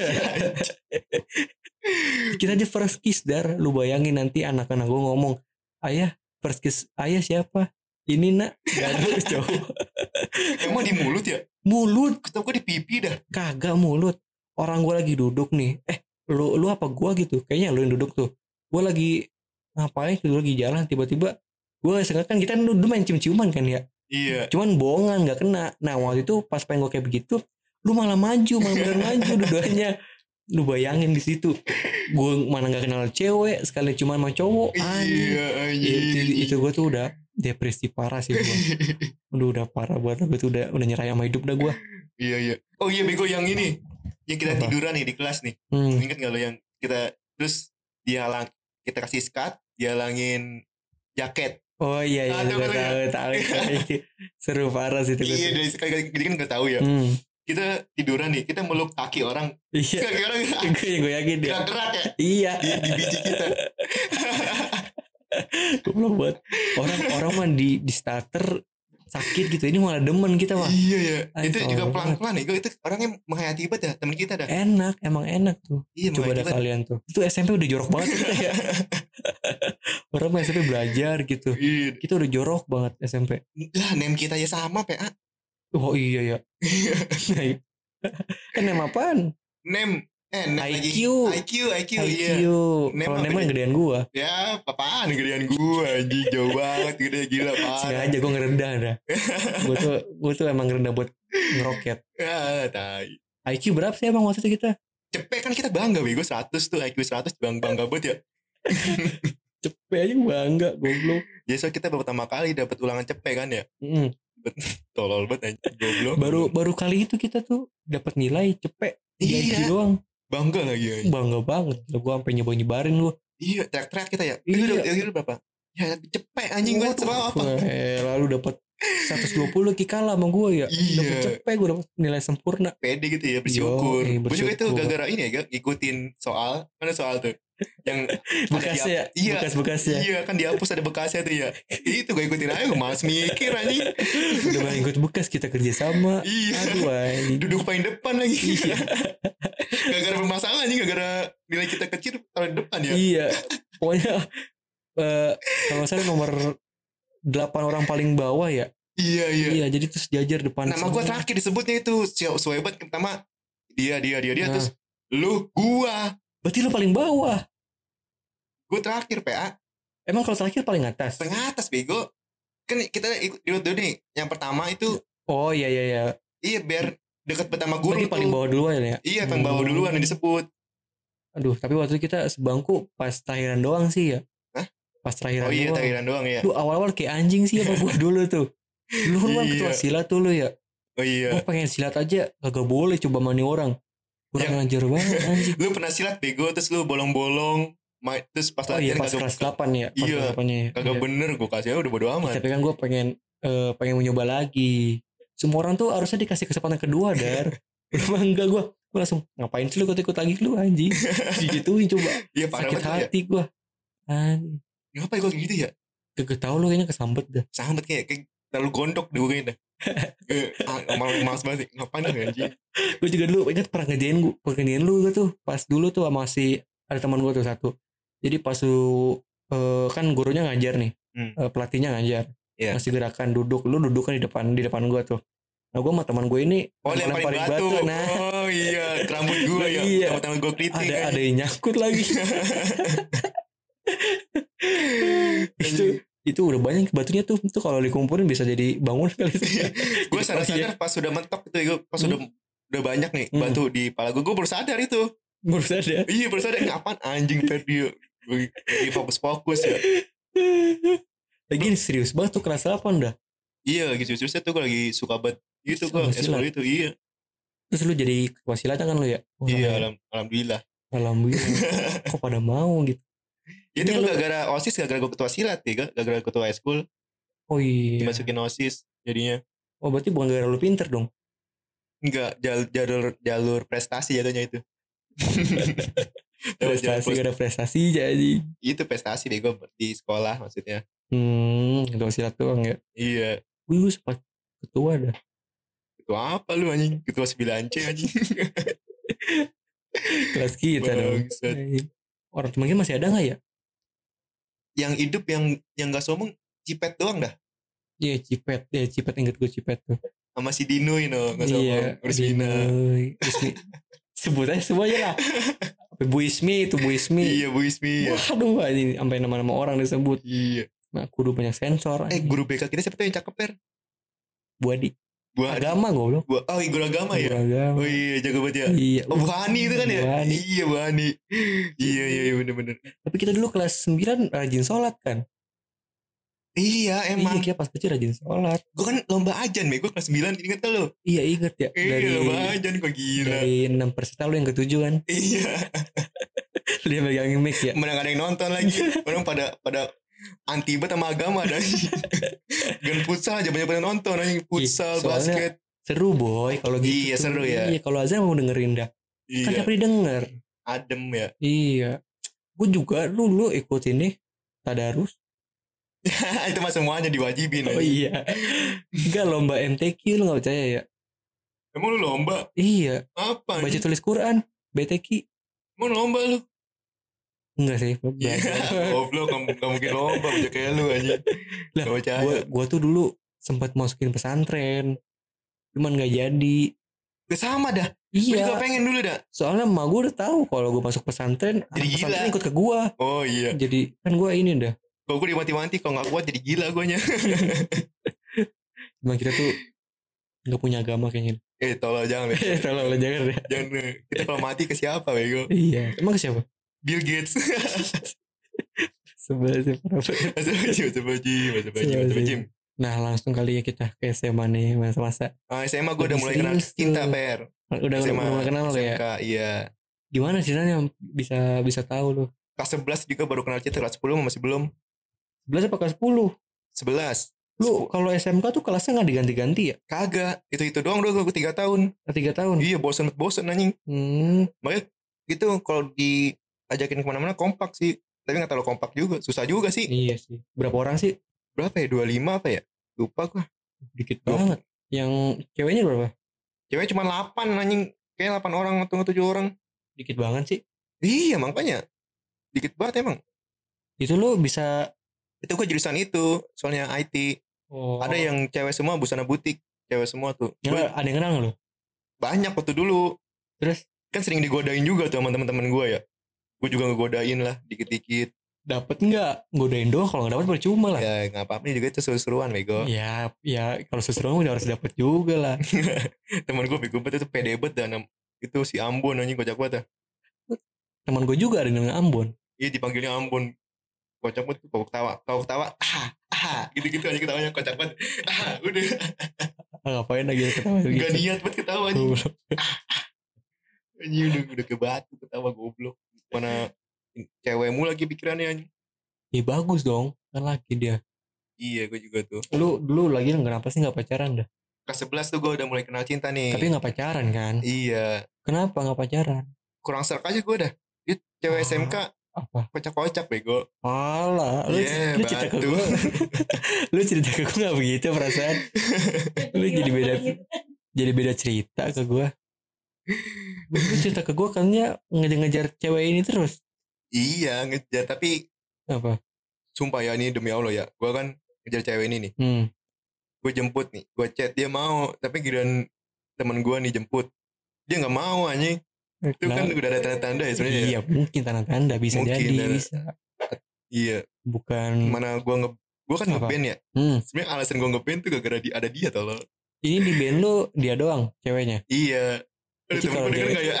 Kita aja first kiss Dar. Lu bayangin nanti anak-anak gue ngomong, ayah first kiss ayah siapa? Ini nak Daru cowok. Emang di mulut ya? Mulut. Ketemu gue di pipi dah. Kagak mulut. Orang gue lagi duduk nih. Eh lu lu apa gue gitu? Kayaknya lu yang duduk tuh. Gue lagi ngapain? Lu lagi jalan tiba-tiba. Gue sengaja kan kita dulu main cium-ciuman kan ya. Iya. Cuman bohongan gak kena. Nah waktu itu pas pengen gue kayak begitu, lu malah maju, malah bener maju dua-duanya. Lu bayangin di situ, gue mana gak kenal cewek, sekali cuman sama cowok. Iya, iya. Itu, itu gue tuh udah depresi parah sih gue. Udah udah parah buat gue tuh udah udah nyerah sama hidup dah gue. Iya iya. Oh iya bego yang ini, yang kita Apa? tiduran nih di kelas nih. Hmm. Ingat gak lo yang kita terus dia halang, kita kasih skat, dia halangin jaket. Oh iya iya, Ah, gue tahu, tahu tahu. Seru parah sih itu. Iya dari sekali jadi kan gak tahu ya. Hmm. Kita tiduran nih, kita meluk kaki orang. Iya. Kaki orang Gue gue yakin dia. gerak-gerak ya. Iya. Di, di biji kita. Goblok banget. Orang orang mah di di starter sakit gitu. Ini malah demen kita mah. Iya ya. Ay, Itu tolong juga banget. pelan-pelan nih. Itu orangnya menghayati banget ya teman kita dah. Enak, emang enak tuh. Iya, Coba ada menghayati banget. kalian tuh. Itu S M P udah jorok banget kita ya. Orang mah S M P belajar gitu. Iya. Kita udah jorok banget S M P. Lah name kita ya sama P A. Oh iya ya. Kan name apaan? Name eh name I lagi. Q. I Q I Q I Q. iya. Name Kalau apa name mah nih? gedean gua. Ya, apaan gedean gua anjing jauh banget gede gila parah. Sengaja gua ngerendah dah. Gua tuh gua tuh emang ngerendah buat ngeroket. Ya, tai. I Q berapa sih emang waktu itu kita? Cepet kan kita bangga bego seratus tuh I Q seratus bang bangga banget ya. Cepet aja bangga goblok. Jadi so kita pertama kali dapat ulangan cepet kan ya. Mm. Tolol banget anjing goblok. Baru baru kali itu kita tuh dapat nilai cepet di I Q Iya. doang. Bangga lagi anjing. Bangga banget. Lah gua sampai nyebar-nyebarin gua. Iya, teriak-teriak kita ya. Iya. Iya, itu berapa? Ya, cepet anjing gua terlalu apa? Eh, lalu dapat seratus dua puluh ki kalah sama gua ya. Iya. Dapat cepet gua dapat nilai sempurna. Pede gitu ya, bersyukur. Yo, eh, Gue juga itu bersyukur. gara-gara ini ya, Gak? Ngikutin soal. Mana soal tuh? Yang Bekasnya, ada di- iya, bekas-bekasnya. Iya, kan dihapus ada bekasnya tuh ya. Itu gue ikutin aja, gue malas mikir anjing. Udah main ikut bekas kita kerja sama. Iya. Aduh, anjing. Duduk paling depan lagi. Iya. Gara-gara bermasalah anjing, gara-gara nilai kita kecil taruh di depan ya. Iya. Pokoknya eh kalau saya nomor delapan orang paling bawah ya. Iya, iya. Iya, jadi terus jajar depan. Nama gue semua. terakhir disebutnya itu Suhebat pertama dia dia dia dia Nah. terus lu gua Berarti lu paling bawah. gue terakhir P A Emang kalau terakhir paling atas? tengah atas bego kan kita ikut ikut dulu nih yang pertama itu Oh iya iya iya. iya biar deket pertama guru Berarti tuh paling bawah duluan ya? iya paling bawah Hmm. duluan yang disebut. Aduh, tapi waktu itu kita sebangku pas terakhiran doang sih ya. Hah? Pas terakhiran Oh iya doang. takdiran doang ya. Lu awal-awal kayak anjing sih apa gua dulu tuh. Lu kan Iya. ketua silat tuh lu ya. Oh iya. Gua pengen silat aja kagak boleh coba mani orang. Kurang Ya. ngajar banget anjing. Lu pernah silat bego terus lu bolong-bolong ma- terus pas Oh iya latihan pas kagak kelas delapan ya. Pas Iya. kelas delapan-nya ya. kagak Iya. bener gue kasih udah bodo amat. Tapi kan gue pengen eh, pengen mencoba lagi. Semua orang tuh harusnya dikasih kesempatan kedua dar. Lu mah enggak gue. Gue langsung ngapain sih lu ikut-ikut lagi lu anjing. Digituin coba. Iya parah Sakit banget lu ya. hati gue. Anjing. Ngapa gue gitu ya? Kagak tau lu kayaknya kesambet dah. Sambat kayak kayak terlalu gondok deh gue kayaknya. Eh, ah, malas malas banget. Ngapain lu anjing? Gue juga dulu ingat pernah ngedein gue. Pernah ngedein lu gue tuh. Pas dulu tuh sama si ada teman gue tuh satu. Jadi pas lu eh, kan gurunya ngajar nih. Hmm. Eh, pelatihnya ngajar. Iya. Masih gerakan duduk. Lu duduk kan di depan di depan gue tuh. Nah gue sama teman gue ini Oh lemparin lemparin batu. Nah Oh iya rambut gue ya. Iya. Sama-sama gue keriting. ada kan. ada yang nyangkut lagi. itu itu udah banyak batunya tuh itu kalau dikumpulin bisa jadi bangun kali itu. Gue sadar-sadar pas sudah mentok itu gue pas sudah udah banyak nih Hmm. batu di kepala gue gue baru sadar itu. Baru sadar. Iya baru sadar ngapain anjing tadi gue lagi fokus-fokus ya. Lagi ini serius banget tuh kelas delapan dah. Iya gitu seriusnya tuh gue lagi suka banget gitu gue Sama S silat. itu iya. Terus lu jadi ketua silatnya kan lu ya? Oh, Iya namanya. alam, alhamdulillah. Alhamdulillah. Kok pada mau gitu. Itu Ini gue lu- gara-gara OSIS, gara-gara gue ketua silat ya, gara-gara ketua eskul Oh iya. dimasukin OSIS jadinya. Oh berarti bukan gara-gara lu pinter dong. Enggak, jalur jalur, jalur prestasi jatuhnya itu. Jalur Prestasi pres- ada prestasi jadi. itu prestasi bego di sekolah maksudnya. Hmm, ketua silat doang ya. Iya. Wih, lu sempat ketua dah. Ketua apa lu anjing? Ketua sembilan C anjing. Kelas kita dong. Bangsat. Orang temen kita masih ada gak ya? Yang hidup yang yang enggak sombong Cipet doang dah. Iya Cipet. Ya Cipet inget gue Cipet tuh. Sama si Dinoy no, enggak sombong. Iya. Rusmina. Ismi. Sebut aja semuanya lah. Apa Bu Ismi itu Bu Ismi. Iya, Bu Ismi. Ya. Waduh ini sampai nama-nama orang disebut. Iya. Nah kudu banyak sensor. Eh guru B K kita siapa tuh yang cakep per? Bu Adi. Bu Adi. Agama goblok. Bu, oh guru agama ya? Guru agama. Oh iya jago banget ya. Iya. Oh Bu Hani itu kan ya? Bu Hani. Iya Bu Hani. Iya iya iya bener-bener. Tapi kita dulu kelas sembilan rajin sholat kan. Iya emang. Iya kita pas kecil rajin sholat. Gue kan lomba ajan gue kelas sembilan inget kan lo? Iya inget ya. Iya lomba ajan kok gila. Dari enam peserta lu yang ketujuh kan. Iya. Dia megangin mic ya. Mana gak ada yang nonton lagi. Orang pada pada anti banget sama agama dah. Gan futsal aja banyak-banyak nonton anjing futsal, Ih, soalnya basket. Seru boy kalau gitu. Iya, tuh. seru ya. Iya kalau azan mau dengerin dah. Kan Iya. siapa didengar. Adem ya. Iya. Gue juga dulu ikut ini tadarus. Itu mah semuanya diwajibin. Oh anjing. iya. Enggak lomba M T Q lu gak percaya ya. Emang lu lomba? Iya. Apa? Baca anjing? tulis Quran. B T Q. Emang lomba lu? Enggak sih. Iya. Goblok gak mungkin lomba baca kayak lu anjing. Lah, Gak percaya. Gue gua tuh dulu sempat masukin pesantren. Cuman gak jadi. Gak sama dah. Gue juga Iya. pengen dulu dah. Soalnya emak gue udah tahu kalau gue masuk pesantren, Jadi anak pesantren gila. ikut ke gue. Oh iya. Jadi kan gue ini dah. Kalau gue diwanti-wanti kalau gak kuat jadi gila guanya. Cuma kita tuh nggak punya agama kayaknya. Eh tolong jangan. Eh tolong lah jangan deh. Jangan. Kita kalau mati ke siapa bego? Iya. Emang ke siapa? Bill Gates. Sebelah sih. Masa baju, masa baju, masa baju, masa baju. Nah langsung kali ya kita ke S M A nih masa-masa. Ah, S M A gue udah Lebih mulai kenal serius cinta tuh. per. Udah S M A, udah mulai kenal lo S M ya. K, iya. Gimana ceritanya bisa bisa tahu lo? Kelas sebelas juga baru kenal cinta, kelas sepuluh masih belum. sebelas apa kelas sepuluh? sebelas. Lu kalau S M K tuh kelasnya nggak diganti-ganti ya? Kagak, itu-itu doang udah gue tiga tahun. Tiga tahun. Iya, bosen-bosen anjing. Hmm. Makanya gitu kalau diajakin kemana-mana kompak sih. Tapi gak terlalu kompak juga, susah juga sih. Iya sih. Berapa orang sih? Berapa ya, dua puluh lima apa ya? Lupa gue. Dikit Dua- banget. Yang ceweknya berapa? Cewek cuma delapan anjing. Kayak delapan orang atau tujuh orang. Dikit banget sih. Iya makanya. Dikit banget emang. Itu lo bisa. Itu gue jurusan itu, soalnya I T. Oh. Ada yang cewek semua busana butik. Cewek semua tuh. Yang Gua ada yang kenal nggak lo? banyak waktu dulu. Terus Kan sering digodain juga tuh sama teman-teman gue ya. Gue juga ngegodain lah dikit-dikit. dapat nggak? Godain doang, kalau nggak dapat percuma lah. Ya nggak apa-apa nih juga itu seru-seruan bego. Ya, ya kalau sesuatu udah harus dapat juga lah. Teman gue bego banget itu pede banget dan itu si Ambon anjing kocak banget. Teman gue juga ada yang namanya Ambon. Iya dipanggilnya Ambon. Kocak banget tuh kau ketawa, kau ketawa. Ah, ah, gitu-gitu aja ketawanya kocak banget. Ah, udah. Ah, ngapain lagi ketawa gitu? Gak niat banget ketawa anjing. Goblok. Anjing udah udah ke batu ketawa goblok. Mana cewekmu lagi pikirannya anjing. Ya bagus dong, kan laki dia. Iya gue juga tuh. Lu dulu lagi kenapa sih nggak pacaran dah? Kelas sebelas tuh gue udah mulai kenal cinta nih. Tapi nggak pacaran kan? Iya. Kenapa nggak pacaran? Kurang serak aja gue dah. Dia cewek Ah. S M K Apa? kocak-kocak bego. Alah, lu, Yeah, lu cerita ke batu. gue. Lu cerita ke gue nggak begitu perasaan. Lu jadi beda, jadi beda cerita ke gue. Lu cerita ke gue katanya ngejar-ngejar cewek ini terus. Iya ngejar tapi Apa? sumpah ya ini demi Allah ya. Gue kan ngejar cewek ini nih. Hmm. Gue jemput nih. Gue chat dia mau. Tapi giliran temen gue nih jemput. Dia gak mau anjing. Itu kan Nah, udah ada tanda-tanda ya sebenarnya. iya, ya. mungkin tanda-tanda bisa Mungkin, jadi, ya. bisa. Iya. Bukan. Mana gue nge gue kan Apa? ngeband ya. Hmm. Sebenarnya alasan gue ngeband tuh gara-gara di, ada dia tau lo. Ini di band lu dia doang ceweknya. Iya. Aduh Jadi temen kalau gue denger dia- gak ya?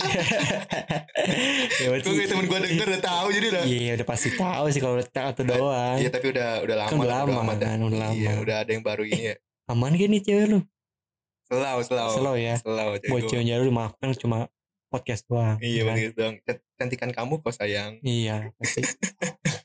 Ya berarti. Gue kayak temen gue denger udah tahu jadi udah. Iya udah pasti tahu sih kalau tahu doang. Iya tapi udah udah lama Kan udah lah, lama, amat dah. kan, udah lama. Iya udah ada yang baru ini ya. Aman gak nih cewek lu? Selau selau. Slow ya. Selau cewek Buat gua. cewek lu maafkan cuma podcast doang. Iya kan? begitu dong. Cantikan kamu kok sayang. Iya pasti.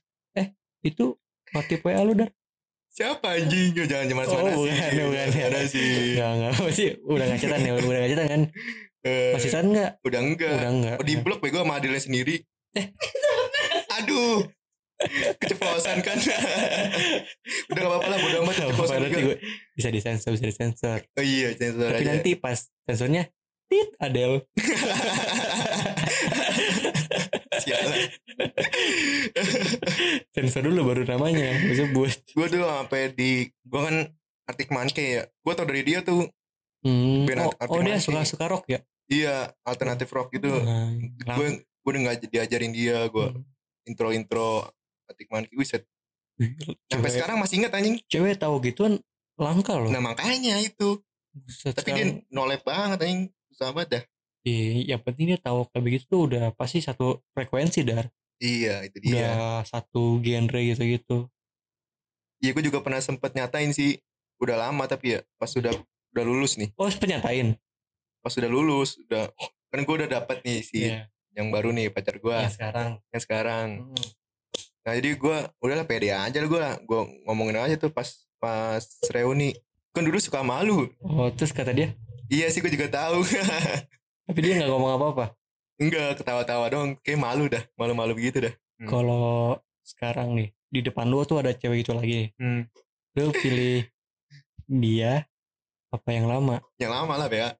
Itu notif W A lu dah. Siapa anjing? Yo, jangan cuma Oh mana bukan, sih. bukan ya. Ada sih. Enggak, enggak. Masih udah gak chatan ya, udah gak chatan kan? Eh, Masih chatan enggak? Udah enggak. Udah enggak. Oh, di blok bego sama adilnya sendiri. Eh. Aduh. Keceplosan kan. Udah gak apa-apa lah, bodo amat keceplosan nanti juga. gue bisa disensor, bisa disensor. Oh iya, sensor Tapi aja. nanti pas sensornya tit Adele. Sialan. Sensor dulu baru namanya disebut. Gue tuh sampai di, gue kan Arctic Monkey ya. Gue tau dari dia tuh. Hmm. Band Oh, Arctic oh dia Monkey. suka-suka rock ya? Iya, alternatif rock gitu. Nah, Gue gue udah nggak diajarin dia. Gue Hmm. intro-intro Arctic Monkey. Wiset. Sampai Cewek, sekarang masih inget anjing. cewek tahu gituan langka loh. Nah makanya itu. Buset, Tapi dia sekarang- nolep banget anjing. Susah banget dah. Iya, yang penting dia tahu kayak begitu tuh udah pasti satu frekuensi dar. Iya, itu dia. Udah satu genre gitu-gitu. Iya, gue juga pernah sempet nyatain sih. Udah lama tapi ya pas sudah udah lulus nih. Oh, penyatain. Pas sudah lulus, udah kan gue udah dapet nih si Iya. yang baru nih pacar gue. Yang sekarang. Yang sekarang. Hmm. Nah jadi gue udahlah pede aja lah gue lah. Gue ngomongin aja tuh pas pas reuni. Kan dulu suka malu. Oh, terus kata dia, Iya sih gue juga tahu. tapi dia nggak ngomong apa-apa. Enggak, ketawa-tawa dong. Kayak malu dah. Malu-malu begitu dah. Hmm. Kalau sekarang nih di depan lu tuh ada cewek itu lagi. Hmm. Lu pilih dia apa yang lama? Yang lama lah ya.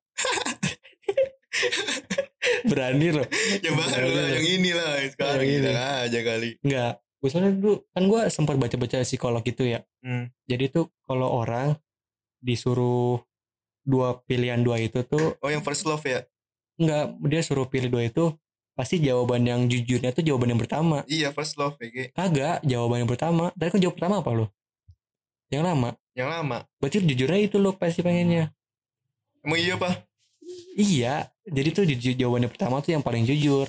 Berani loh. Yang baru lah, yang ini lah. Sekarang Yang ini. kita aja kali. Enggak. Gue soalnya dulu kan gue sempat baca-baca psikolog gitu ya. Hmm. Jadi tuh kalau orang disuruh dua pilihan dua itu tuh Oh yang first love ya? enggak, dia suruh pilih dua itu pasti jawaban yang jujurnya tuh jawaban yang pertama. Iya first love ya. Ge. Kagak, jawaban yang pertama. Tadi kan jawab pertama apa lo? Yang lama. Yang lama. Berarti jujurnya itu lo pasti pengennya. Emang iya pak? Iya, jadi tuh jujur, jawaban yang pertama tuh yang paling jujur.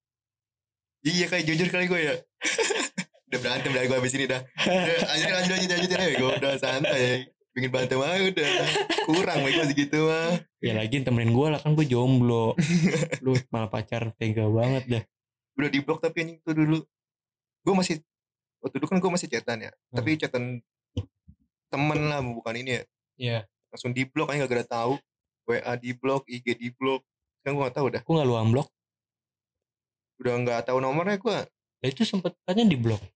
Iya kayak jujur kali gue ya. Udah berantem dah gue abis ini dah. Udah, lanjut lanjut lanjut lanjutin aja gue udah santai. Bikin berantem aja udah. Kurang gue masih gitu mah. Ya lagi temenin gue lah kan gue jomblo. Lu malah pacar tega banget dah. Udah di blok tapi anjing tuh dulu. Gue masih waktu dulu kan gue masih chatan ya. Hmm. Tapi chatan temen lah bukan ini ya. Iya. Langsung di blok aja gak gara tahu. W A di blok, I G di blok. Kan gue gak tahu dah. Gue gak lu unblock. Udah gak tahu nomornya gue. Ya itu sempet katanya di blok.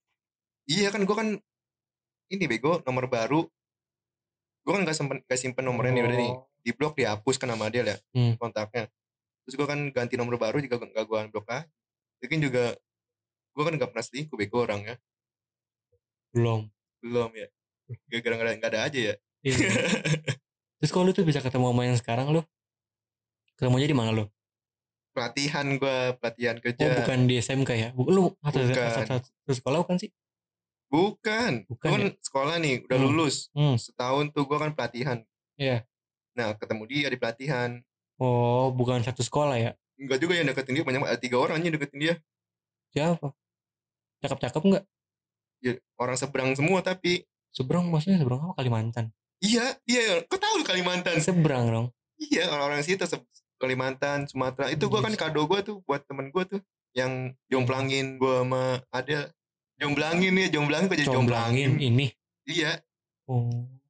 Iya kan gue kan ini bego nomor baru. Gue kan gak simpen, gak simpen nomornya nih udah nih. Di blok dihapus kan sama dia lah Hmm. kontaknya. Terus gue kan ganti nomor baru juga gak gue unblock lah. Mungkin juga gue kan gak pernah selingkuh bego orang ya. Belum. Belum ya. Gara-gara gak ada, gak ada aja ya. Iya. Terus kalau lu tuh bisa ketemu sama yang sekarang lu? Ketemunya di mana lu? Pelatihan gue, pelatihan Oh kerja. bukan di S M K ya? Bukan, lu atau Bukan. satu sekolah bukan sih? Bukan. Bukan Gue kan ya? sekolah nih udah Hmm. lulus. Hmm. Setahun tuh gue kan pelatihan. Iya. Nah ketemu dia di pelatihan. Oh bukan satu sekolah ya? Enggak juga yang deketin dia banyak, ada tiga orang aja yang deketin dia. Siapa? Cakep-cakep nggak? Ya, orang seberang semua tapi. Seberang maksudnya seberang apa? Kalimantan? Iya, iya. Kok tahu lu Kalimantan? Seberang dong. Iya, orang-orang situ se- Kalimantan, Sumatera. Itu gue kan Yes. kado gue tuh buat temen gue tuh yang jomblangin gue sama Adel. Jomblangin ya, jomblangin gue jadi Comblangin jomblangin. ini. Iya, Oh.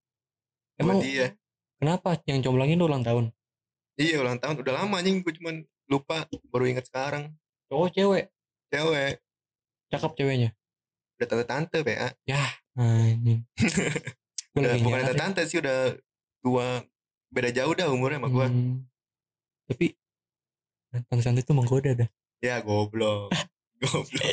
buat Emang dia. kenapa yang comblangin lu ulang tahun? Iya, ulang tahun udah lama anjing, gue cuman lupa, baru inget sekarang. Cowok cewek? Cewek, Cakep ceweknya? udah tante-tante P A. Anjing. Gua Udah lagi bukan nyari. tante-tante sih, udah tua, beda jauh dah umurnya sama gue. Hmm. Tapi tante-tante itu menggoda dah. Ya goblok. Goblok.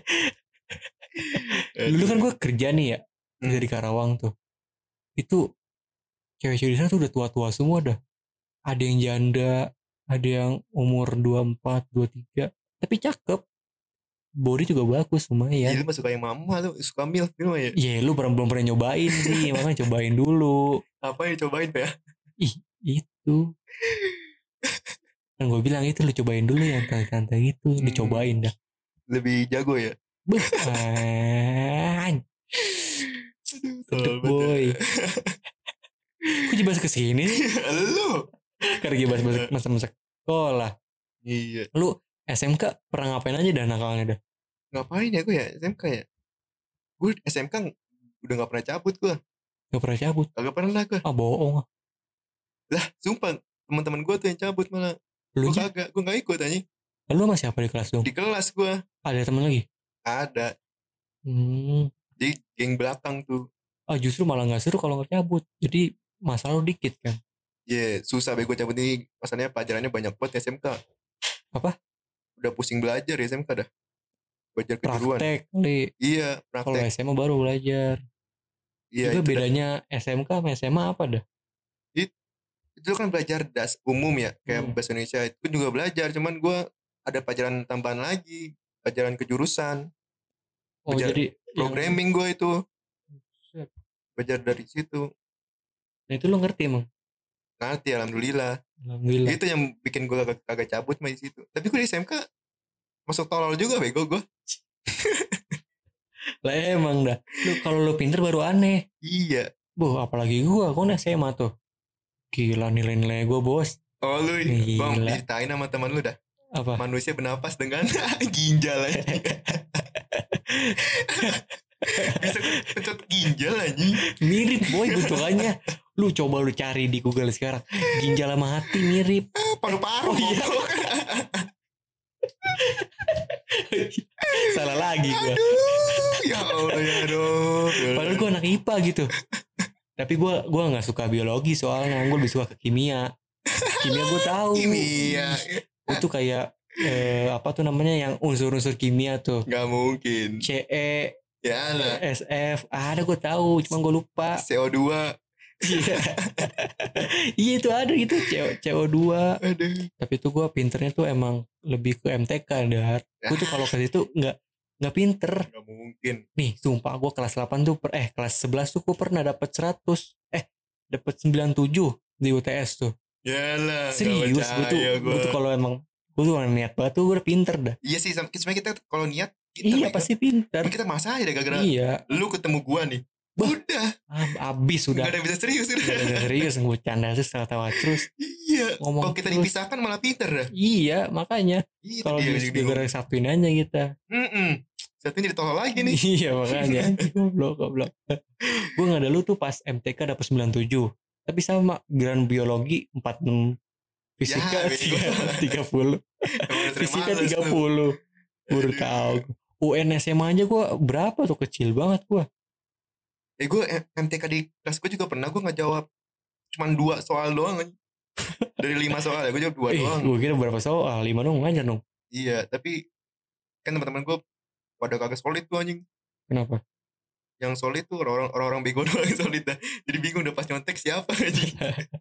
Dulu kan gue kerja nih ya, kerja Hmm. di Karawang tuh. Itu cewek-cewek di sana tuh udah tua-tua semua dah. Ada yang janda, ada yang umur dua puluh empat, dua puluh tiga. Tapi cakep. Body juga bagus Iya, lumayan. lu mah suka yang mama lu, suka milf lu mah ya. Iya lu belum belum pernah nyobain sih, makanya cobain dulu. Apa yang cobain P A? Ih itu. Kan gue bilang itu lu cobain dulu yang tante-tante gitu, lu Hmm. cobain dah. Lebih jago ya. Beuh, an. Sedep boy. Kok jadi bahas kesini sih? Lu. Karena lagi bahas-bahas masa-masa sekolah. Iya. Lu S M K pernah ngapain aja dah nakalnya dah? Ngapain ya gue ya S M K ya? Gue S M K udah gak pernah cabut gue. Gak pernah cabut. Kagak pernah gue. Ah bohong. Lah sumpah teman-teman gue tuh yang cabut malah. Lu Gue kagak, gue gak ikut aja. Lu sama siapa di kelas dong? Di kelas gue. Ada temen lagi? Ada. Hmm. Jadi geng belakang tuh. Ah justru malah gak seru kalau gak cabut. Jadi masalah lu dikit kan. Iya yeah, susah bego cabut ini. Masalahnya pelajarannya banyak banget S M K. Apa? Udah pusing belajar ya S M K dah. Belajar kejuruan. Praktek kali. Iya praktek. Kalau S M A baru belajar. Iya juga bedanya dah. S M K sama S M A apa dah? It, itu kan belajar das umum ya. Kayak hmm. bahasa Indonesia. Itu juga belajar. Cuman gue ada pelajaran tambahan lagi. Pelajaran kejurusan. Oh belajar jadi programming yang... gue itu. Set. Belajar dari situ. Nah itu lo ngerti emang? Ngerti alhamdulillah. Alhamdulillah. Itu yang bikin gue kagak, kagak cabut mah di situ. Tapi gue di S M K masuk tolol juga bego gue. Lah emang dah. Lu kalau lu pinter baru aneh. Iya. Boh apalagi gue, gue kan S M A tuh. Gila nilai-nilai gue bos. Oh lu, bang ceritain sama teman lu dah. Apa? Manusia bernapas dengan ginjal aja. Bisa pencet ginjal aja. Mirip boy bentukannya. Lu coba lu cari di Google sekarang. Ginjal sama hati mirip. Paru-paru. Oh, iya. Salah lagi gue. Ya Allah ya dong. Padahal gue anak I P A gitu. Tapi gue gue nggak suka biologi soalnya. Gue lebih suka ke kimia. Kimia gue tahu. Kimia. Itu kayak eh, apa tuh namanya yang unsur-unsur kimia tuh. Gak mungkin. C E. Ya lah. S F. Ada gue tahu. Cuma gue lupa. C O dua. Iya. Iya itu ada gitu C O dua. Aduh. Tapi itu gue pinternya tuh emang lebih ke M T K Dar. Gue tuh kalau ke situ nggak nggak pinter. Nggak mungkin. Nih sumpah gue kelas delapan tuh per, eh kelas sebelas tuh gue pernah dapet seratus eh dapet sembilan puluh tujuh di U T S tuh. Yalah. Serius gue tuh gue tuh kalau emang gue tuh niat banget tuh gue udah pinter dah. Iya sih sebenarnya kita kalau niat pinter, iya pasti pinter. Kita masa aja deh gara-gara iya. Lu ketemu gue nih. Bah, udah abis udah. Gak ada bisa serius udah. Gak ada serius. Gue canda terus tawa terus. Iya. Kalau kita terus dipisahkan malah pinter dah. Iya makanya. Iya, kalau gara-gara satuin aja kita. Mm-mm. Satuin jadi tolol lagi nih. Iya makanya. Goblok goblok. Gue gak ada lu tuh pas M T K dapet sembilan puluh tujuh. Tapi sama Gran Biologi empat puluh enam. Fisika ya, tiga puluh. Fisika tiga puluh. Baru tahu. U N S M A aja gue berapa tuh kecil banget gue. Eh gue M T K di kelas gue juga pernah gue gak jawab. Cuman dua soal doang aja. Dari lima soal ya gue jawab dua eh, doang. Gue kira berapa soal? Lima doang ngajar dong. Iya tapi kan teman-teman gue pada kagak solid tuh anjing. Kenapa? Yang solid tuh orang-orang, orang-orang bego doang yang solid dah. Jadi bingung udah pas nyontek siapa anjing.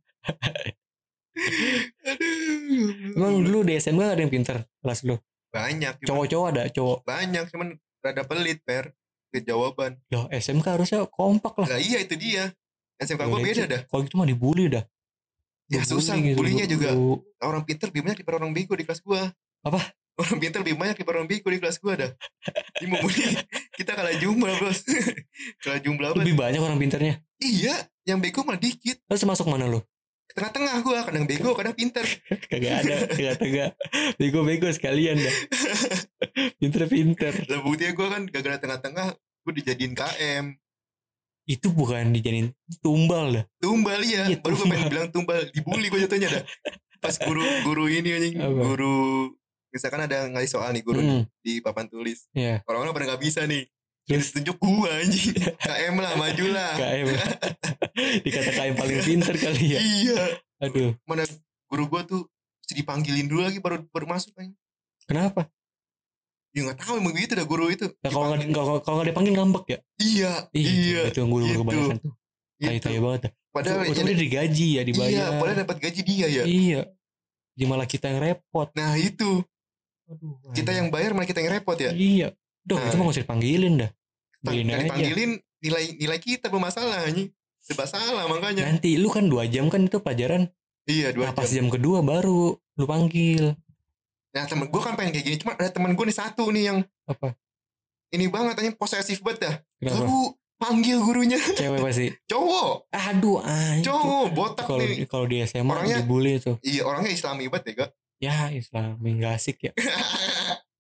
Aduh. Emang dulu di S M K gak ada yang pinter kelas lu? Banyak. Cowok-cowok ada? Cowok? Banyak cuman rada pelit per. Ke jawaban. Loh S M K harusnya kompak lah. Nah iya itu dia. S M K gue beda dah. Kalau gitu mah dibully dah. Ya susah gitu, bulinya juga. Orang pintar lebih banyak daripada orang bego di kelas gue. Apa? Orang pintar lebih banyak daripada orang bego di kelas gue dah. Ini mau bully. Kita kalah jumlah bos. Kalah jumlah apa? Lebih banyak orang pintarnya. Iya. Yang bego malah dikit. Terus masuk mana lu? Tengah-tengah gue. Kadang bego kadang pintar. Kagak ada. Tengah-tengah. Bego-bego sekalian dah. Pinter-pinter. Lah buktinya gue kan gara-gara tengah-tengah gue dijadiin K M. Itu bukan dijadiin tumbal dah. Tumbal ya, ya baru gue pengen bilang tumbal. Dibully gue jatuhnya dah. Pas guru guru ini anjing, guru misalkan ada ngasih soal nih guru hmm. di papan tulis. Yeah. Orang-orang pada gak bisa nih. Terus tunjuk gue anjing. K M lah, maju lah. K M. Dikata K M paling pinter kali ya. Iya. Aduh. Mana guru gue tuh mesti dipanggilin dulu lagi baru baru masuk anjing. Kenapa? Ya gak tahu emang gitu dah guru itu. Nah, kalau gak, kalau, kalau gak dipanggil ngambek ya? Iya. Ih, iya. Itu yang guru-guru kebanyakan tuh. Tai-tai banget dah. Padahal itu dia digaji ya, dibayar. Iya, padahal dapat gaji dia ya. Iya. Jadi malah kita yang repot. Nah itu. Aduh. Kita yang bayar malah kita yang repot ya. Iya. Duh, nah, itu mah gak usah dipanggilin dah. Dipanggilin nilai nilai kita bermasalah nih. Serba salah makanya. Nanti lu kan dua jam kan itu pelajaran. Iya dua nah, jam. Pas jam kedua baru lu panggil. Nah temen gue kan pengen kayak gini. Cuma ada temen gue nih satu nih yang apa? Ini banget aja posesif banget dah. Kenapa? Baru panggil gurunya. Cewek pasti. Cowok. Aduh anjir. Cowok botak kalo, nih. Kalau di S M A orangnya, dibully tuh. Iya orangnya Islami banget ya kak. Ya Islami gak asik ya.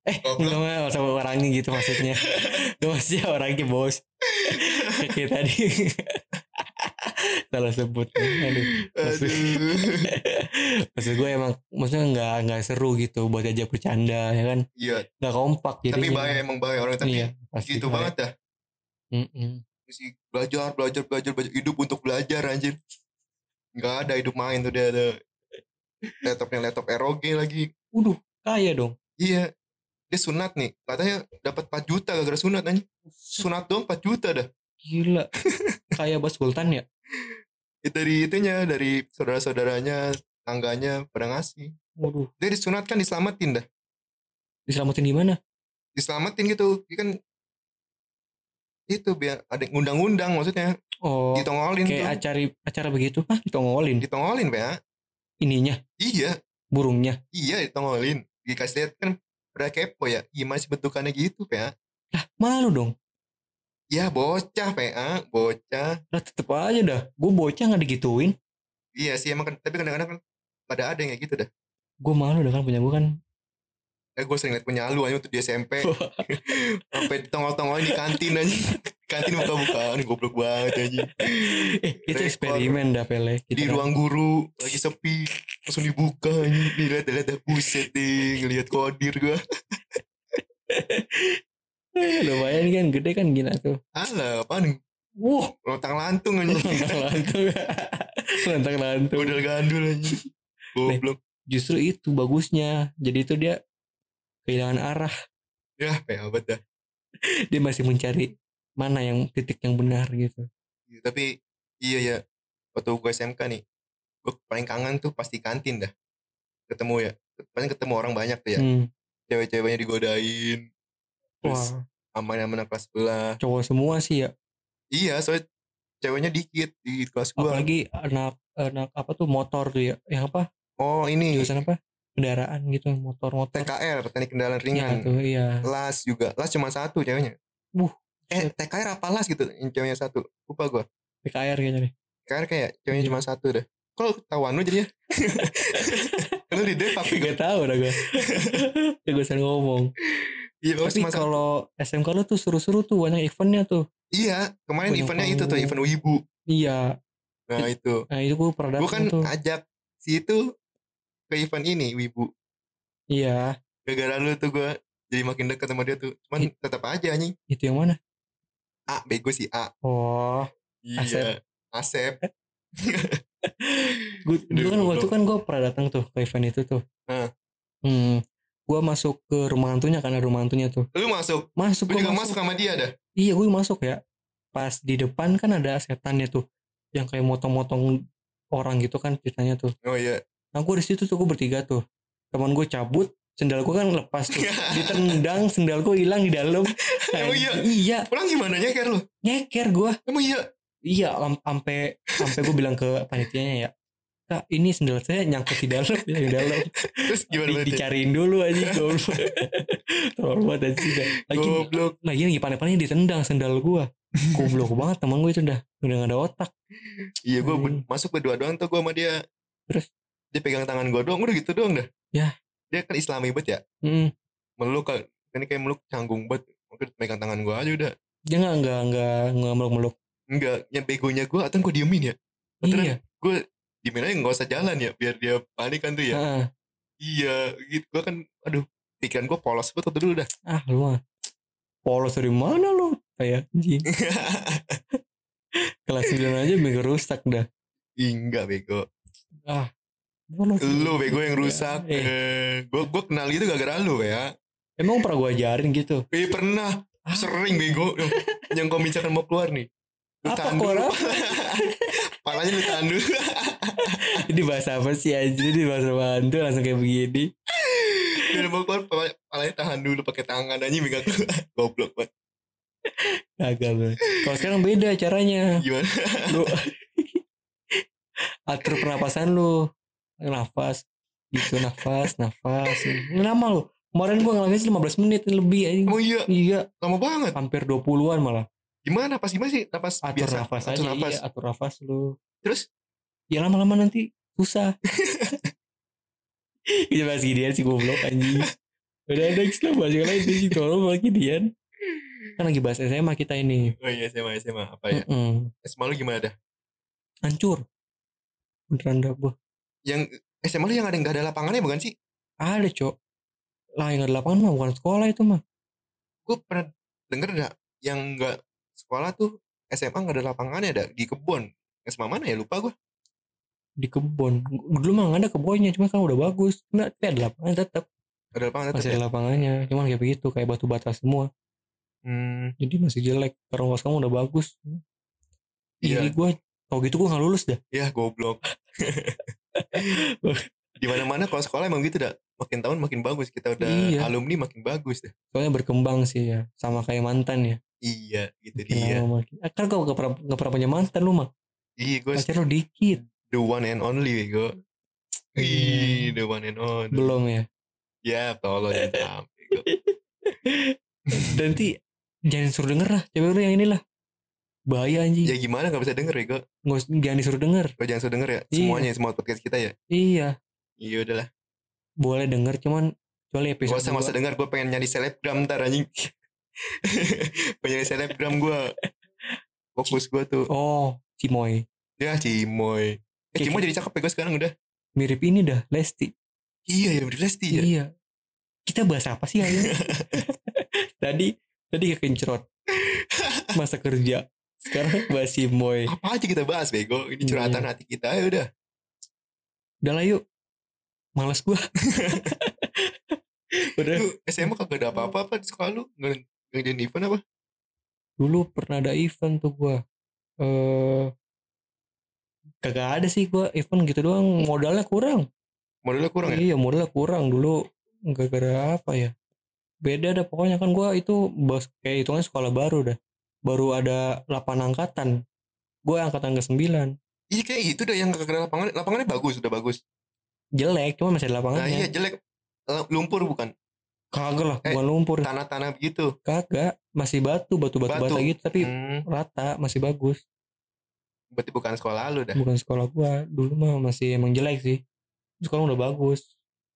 Eh Goblok. enggak mah sama orangnya gitu maksudnya. Gak maksudnya orangnya bos. Kayak tadi. Salah sebut. Aduh. Maksud, Aduh. maksud gue emang maksudnya nggak nggak seru gitu buat aja bercanda ya kan. Iya. Nggak kompak Tapi jadinya. bahaya emang bahaya orang tapi Iya, pasti gitu bahaya. banget dah. Mm-mm. Mesti belajar belajar belajar belajar hidup untuk belajar anjir. Nggak ada hidup main tuh dia ada. Laptopnya laptop R O G lagi. Waduh, kaya dong. Iya. Dia sunat nih. Katanya dapat empat juta gara-gara sunat anjir. Sunat dong empat juta dah. Gila. Kaya Bos Sultan ya. Itu dari itunya dari saudara-saudaranya, tangganya pada ngasih. Waduh, Dia disunat kan diselamatin dah. diselamatin di mana? Diselamatin gitu. Dia kan itu biar ada undang-undang maksudnya. Oh, Ditongolin kayak tuh. acara acara begitu. Hah, ditongolin. Ditongolin ya. Ininya, Iya. burungnya. Iya ditongolin. Dikasih lihat kan pada kepo ya. Gimana sih bentukannya gitu ya. Lah, malu dong. Ya bocah P A. Bocah. Lah tetep aja dah. Gue bocah gak digituin. Iya sih emang kan. Tapi kadang-kadang kan pada ada yang kayak gitu dah. Gue malu dah kan punya gue kan. Eh gue sering liat punya lu aja waktu di S M P. Sampai ditongol-tongolin di kantin aja. Kantin buka-bukaan. Goblok banget aja. Eh, itu Rekor. eksperimen dah Pele. Kita Di kan- ruang guru. Lagi sepi. Langsung dibuka aja. Dilihat-lihat. Buset deh. Ngeliat kodir gue. Eh, lumayan kan gede kan gila tuh. Alah apaan nih. Wah, Lontang lantung aja. lantang lantung. Lantang lantung. Modal gandul aja. Goblok. Justru itu bagusnya. Jadi itu dia kehilangan arah. Ya kayak apa dah. Dia masih mencari mana yang titik yang benar gitu. Ya, tapi iya ya. Waktu gue S M K nih. Gue paling kangen tuh pasti kantin dah. Ketemu ya. Paling ketemu orang banyak tuh ya. Hmm. Cewek-ceweknya digodain. Terus Wah, aman-aman kelas sebelah. cowok semua sih ya. Iya soalnya ceweknya dikit di kelas gue. Apalagi anak anak apa tuh motor tuh ya. Yang apa? Oh ini Jurusan apa? Kendaraan gitu, motor-motor. T K R, teknik kendaraan Iya ringan. tuh, iya. Las juga. Las cuma satu ceweknya. Wuh, Eh T K R apa las gitu. Yang ceweknya satu. Lupa gue. P K R kayaknya nih. T K R kayak ceweknya Iya. cuma satu dah. Kok ketahuan lu jadinya? Lu di depak gitu. Gak tahu dah gue. Ya gue sering ngomong. Iya, oh, Tapi cuma satu. kalau S M K lu tuh seru-seru tuh banyak eventnya tuh. Iya, kemarin Banyak eventnya itu tahu. tuh, event Wibu. Iya. Nah itu. Nah itu gue pernah Gue kan datang tuh. ajak si itu ke event ini, Wibu. Iya. Gara-gara lu tuh gue jadi makin dekat sama dia tuh. Cuman It- tetap aja anjing. Itu yang mana? A, bego si A. Oh. Iya. Asep. Gue Aduh, kan waktu goblok. kan gue pernah datang tuh ke event itu tuh. Hah. Hmm. Gue masuk ke rumah hantunya karena rumah hantunya tuh. Lu masuk. Masuk Gue gue juga masuk. masuk sama dia dah. Iya gue masuk ya. Pas di depan kan ada setannya tuh. Yang kayak motong-motong orang gitu kan ceritanya tuh. Oh iya. Nah gue di situ tuh gue bertiga tuh. Teman gue cabut, sendal gue kan lepas tuh. Ditendang, sendal gue hilang di dalam. Emang iya? Iya, Pulang gimana nyeker lu? nyeker gue. Emang iya? Iya, am- ampe ampe gue bilang ke panitianya ya, Kak, ini sendal saya nyangkut di dalam, di dalam. Terus gimana Di, berarti? dicariin dulu aja goblok. Terlalu banget aja sih. Lagi Goblok. lagi lagi panik-paniknya ditendang sendal gue. Goblok banget teman gue itu udah udah gak ada otak. Iya gue Hmm. masuk berdua doang tuh gue sama dia. Terus? Dia pegang tangan gue doang. Udah gitu doang dah. Ya. Dia kan islami banget ya. Hmm. Meluk kan. Ini kayak meluk canggung banget. Mungkin pegang tangan gue aja udah. Dia nggak nggak nggak nggak meluk-meluk. Enggak. Yang begonya gue atau gue diemin ya. Beneran. Iya. Gue diemin aja gak usah jalan ya. Biar dia panik kan tuh ya. Heeh. Iya gitu. Gue kan aduh. Pikiran gue polos banget waktu dulu dah. Ah lu mah polos dari mana lu? Kayak anjing. Kelas sembilan aja mega rusak dah. Enggak bego. Ah. Polos. Lu bego yang rusak. Eh. Eh, gue gue kenal gitu gara-gara lu ya. Emang pernah gue ajarin gitu? Eh pernah. Ah. Sering bego. Yang kau misalkan mau keluar nih. Lu Apa tahan dulu. keluar? Palanya lu tahan dulu. Ini bahasa apa sih aja? Ini bahasa bantu langsung kayak begini. Dia udah mau keluar pal- palanya tahan dulu pakai tangan aja megang. Goblok banget. Gagal banget. Kalau sekarang beda caranya. Gimana? Lu atur pernapasan lu. Nafas. Gitu nafas, nafas. Lama lu. Kemarin gua ngelakuin lima belas menit lebih aja. Oh iya, Iya, lama banget. hampir dua puluhan malah. Gimana? Pas gimana sih? Napas Atur biasa. nafas Atur aja, nafas. iya, atur nafas lu. Terus? Ya lama-lama nanti susah. Kita bahas gini sih goblok anjing. Udah next lah bahas yang lain nih. Kalau lagi Dian. Kan lagi bahas S M A kita ini. Oh iya S M A S M A apa ya? Mm-mm. S M A lu gimana dah? Hancur. Beneran dah bu. Yang S M A lu yang ada nggak ada lapangannya bukan sih? Ada cok. Lah yang ada lapangan mah bukan sekolah itu mah. Gue pernah denger dah yang nggak sekolah tuh S M A nggak ada lapangannya dah di kebun. S M A mana ya lupa gue. Di kebun. Dulu mah nggak ada kebunnya. Cuma kan udah bagus. Nggak, tapi ada lapangan tetap. Ada lapangan tetap Masih ya? ada lapangannya. Cuman kayak begitu. Kayak batu bata semua. Hmm, Jadi masih jelek. Karena sekarang udah bagus. Iya. Jadi gue tau gitu gue gak lulus dah. ya goblok. Di mana-mana kalau sekolah emang gitu dah. Makin tahun makin bagus. Kita udah Iya. alumni makin bagus dah. Soalnya berkembang sih ya. Sama kayak mantan ya. Iya, gitu Makin dia. lama makin. Ah, kan kau gak pernah, gak pernah punya mantan lu mah. Iya, gue Pacar lu dikit. the one and only gue. Ih, the one and only. Belum ya. Ya, tolong jangan sampai gue. Nanti jangan suruh denger lah. Coba lu yang inilah. Bahaya anjing. Ya gimana gak bisa denger ya gue. Nggak, jangan disuruh denger. Gue jangan suruh denger ya. Iya. Semuanya, semua podcast kita ya. Iya. Iya udahlah. Boleh denger cuman kecuali Gak episode usah masa denger. Gue pengen nyari selebgram ntar anjing. Pengen nyari selebgram gue. Fokus gue tuh. Oh, Cimoy. Ya Cimoy. Eh Cimoy jadi cakep ya gue sekarang udah. Mirip ini dah, Lesti. Iya ya bener Lesti ya. Iya. Kita bahas apa sih ayo? tadi tadi kekencrot. Masa kerja. Sekarang bahas Cimoy. Apa aja kita bahas bego. Ini curhatan Iya. hati kita ya udah. Udah lah yuk. Males gua. Udah. Lu S M A kagak ada apa-apa apa di sekolah lu? Nggak ngadain event apa? Dulu pernah ada event tuh gua. Eh kagak ada sih gua event gitu doang, modalnya kurang. Modalnya kurang ya? Iya, modalnya kurang dulu. Gak ada apa ya. Beda dah pokoknya kan gua itu bos kayak hitungan sekolah baru dah. Baru ada delapan angkatan. Gua angkatan ke sembilan. Iya kayak gitu dah yang kagak ada lapangan. Lapangannya bagus, udah bagus. Jelek, cuma masih ada Nah lapangannya. iya jelek. Lumpur bukan? Kagak lah, Eh, bukan lumpur. Tanah-tanah begitu. Kagak, masih batu, batu-batu Batu. bata gitu tapi Hmm, rata, masih bagus. berarti bukan sekolah lu dah. Bukan sekolah gua, dulu mah masih emang jelek sih. Sekarang udah bagus.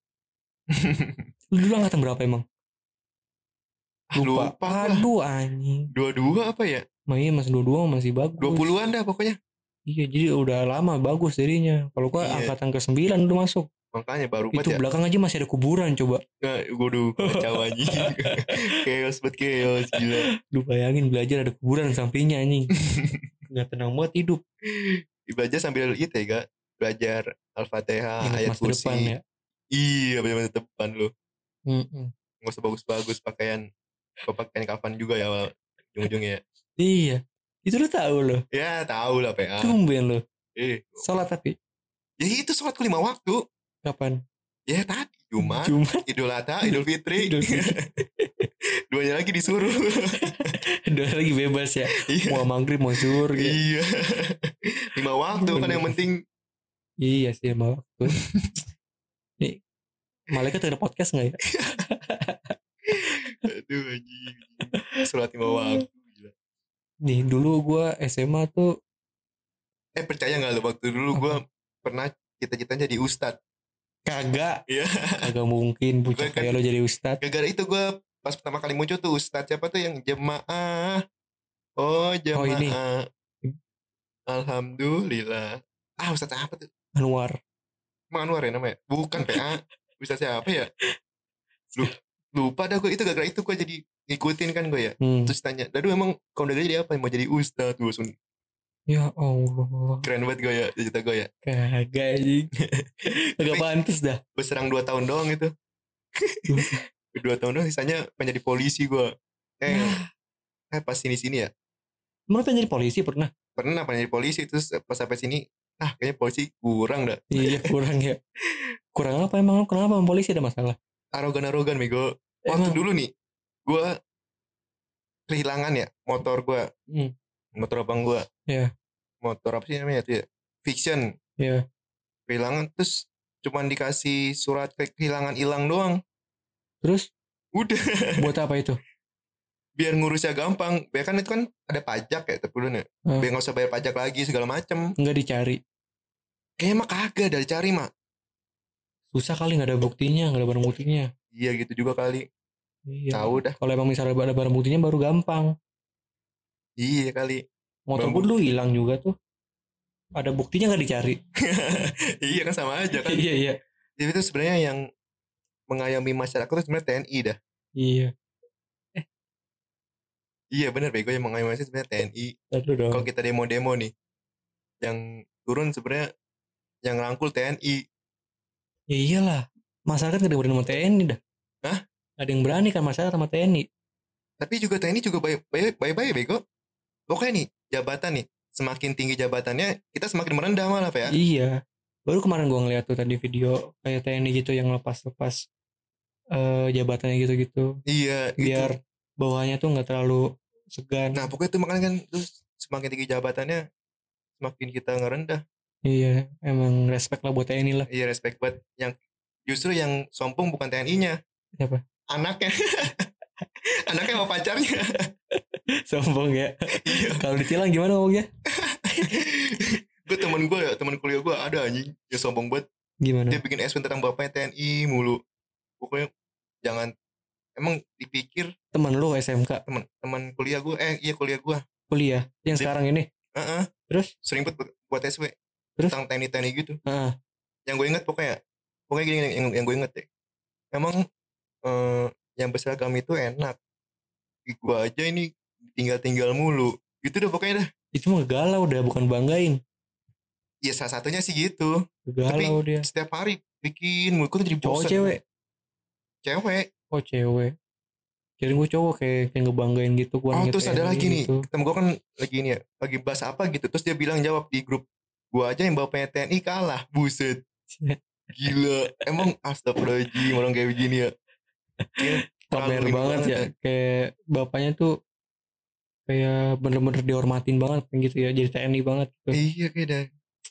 Lu dulu angkatan berapa emang? Ah, lupa. Lupa. gua. Aduh anjing. Dua-dua apa ya? Mah iya masih dua-dua masih bagus. dua puluhan dah pokoknya. Iya, jadi udah lama bagus jadinya. Kalau gua Iya. angkatan ke sembilan udah masuk. Makanya baru Itu banget ya. belakang aja masih ada kuburan coba. Nah, waduh, kacau anjing. Chaos banget chaos gila. Lu bayangin belajar ada kuburan sampingnya anjing. Nggak tenang banget hidup. Belajar sambil itu ya, Gak? Belajar Al-Fatihah, Ingat ayat masa depan kursi. ya. Iya, belajar masa depan lu. Mm-mm. Gak usah bagus-bagus pakaian. Kau pakaian kafan juga ya awal ujung-ujungnya ya. Iya. Itu lu tahu lo. Ya tahu lah P A. Tumben lo. Eh, Sholat tapi ya itu sholat lima waktu. kapan? Ya tadi Jumat, Jumat. Idul Adha, Idul Fitri. Idul Fitri. Duanya lagi disuruh. Dua lagi bebas ya. Iya. Mau maghrib mau zuhur gitu. Iya. Lima waktu kan yang penting. Iya sih mau waktu. Nih, malaikat ada podcast nggak ya? Aduh anjing. Sholat lima waktu. Gila. Nih dulu gua S M A tuh Eh percaya gak lu waktu dulu gue pernah cita-citanya jadi ustad. kagak, Iya. kagak mungkin Gua bocah kan- kayak lo jadi ustad. Gara-gara itu gue pas pertama kali muncul tuh ustad siapa tuh yang jemaah. Oh jemaah. Oh, ini. Alhamdulillah. Ah ustad apa tuh? Anwar. Emang Anwar ya namanya? Bukan P A. Ustad siapa ya? Lu, lupa dah gue itu gara-gara itu gue jadi ngikutin kan gue ya. Hmm. Terus tanya, Dadu emang kalau udah gede jadi apa? Mau jadi ustad? Gue langsung Ya Allah, keren banget gue ya, cita gue ya. kagak anjing. Kagak pantas dah. Gue serang dua tahun doang itu. Dua tahun doang sisanya pengen jadi polisi gue. Eh, eh pas sini-sini ya. Emang pengen jadi polisi pernah? Pernah pengen jadi polisi terus pas sampai sini ah kayaknya polisi kurang dah. Iya kurang ya. Kurang apa emang? Kenapa sama polisi ada masalah? Arogan-arogan Mego. Waktu Emang? dulu nih gue kehilangan ya motor gue. Hmm. Motor abang gue. Iya. Motor apa sih namanya itu ya? Fiction. Iya. Kehilangan terus cuman dikasih surat ke- kehilangan hilang doang. Terus Udah. buat apa itu? Biar ngurusnya gampang. Biar kan itu kan ada pajak ya tapi dulu nih. Hmm. Biar gak usah bayar pajak lagi segala macem. Nggak dicari. Kayaknya mah kagak dari cari mak. Susah kali nggak ada buktinya, nggak ada barang buktinya. Iya gitu juga kali. Iya. Tahu dah. Kalau emang misalnya ada barang buktinya baru gampang. Iya kali. Motor Barang gue dulu hilang juga tuh. Ada buktinya nggak dicari. Iya kan sama aja kan. Iya iya. Jadi itu sebenarnya yang mengayomi masyarakat itu sebenarnya T N I dah. Iya. Iya benar bego yang mengayomi masyarakat sebenarnya T N I. Aduh dong. Kalau kita demo-demo nih, yang turun sebenarnya yang rangkul T N I. Ya iyalah. Masyarakat gak ada yang berani sama T N I dah. Hah? Ada yang berani kan masyarakat sama T N I. Tapi juga T N I juga baik-baik bego. Pokoknya nih jabatan nih, semakin tinggi jabatannya kita semakin merendah malah Pak ya. Iya. Baru kemarin gue ngeliat tuh tadi video kayak T N I gitu yang lepas-lepas uh, jabatannya gitu-gitu. Iya. Biar itu. bawahnya tuh nggak terlalu segan. Nah pokoknya itu makanya kan terus semakin tinggi jabatannya semakin kita ngerendah. Iya. Emang respect lah buat T N I lah. Iya respect buat yang justru yang sombong bukan T N I-nya. Siapa? Anaknya. Anaknya sama pacarnya. Sombong ya. Kalau ditilang gimana ngomongnya? Gue temen gue ya, temen kuliah gue ada anjing yang sombong banget. Gimana? Dia bikin S W tentang bapaknya T N I mulu. Pokoknya jangan, emang dipikir teman lu S M K? Temen teman kuliah gue, eh iya kuliah gue. Kuliah yang Dia, sekarang ini? Uh-uh. Terus? Sering buat buat S W. Terus? Tentang T N I T N I gitu. Uh. Yang gue inget pokoknya, pokoknya gini yang, yang gue inget deh. Emang eh, yang berseragam itu enak. Gue aja ini tinggal-tinggal mulu. Gitu deh pokoknya dah. Itu mah galau udah, bukan banggain. Iya salah satunya sih gitu. Galau tapi dia. Setiap hari bikin gue tuh jadi bosan. Cowok cewek? Cewek. Oh cewek. Kirain gue cowok kayak, kayak ngebanggain gitu. Oh terus ada lagi gitu. nih. Temen gue kan lagi ini ya. Lagi bahas apa gitu. Terus dia bilang jawab di grup. Gue aja yang bapaknya T N I kalah. Buset. Gila. Emang astagfirullahaladzim orang kayak begini ya. Pamer banget, banget ya. Kayak bapaknya tuh kayak bener-bener dihormatin banget gitu ya. Jadi T N I banget gitu. Iya kayak dah.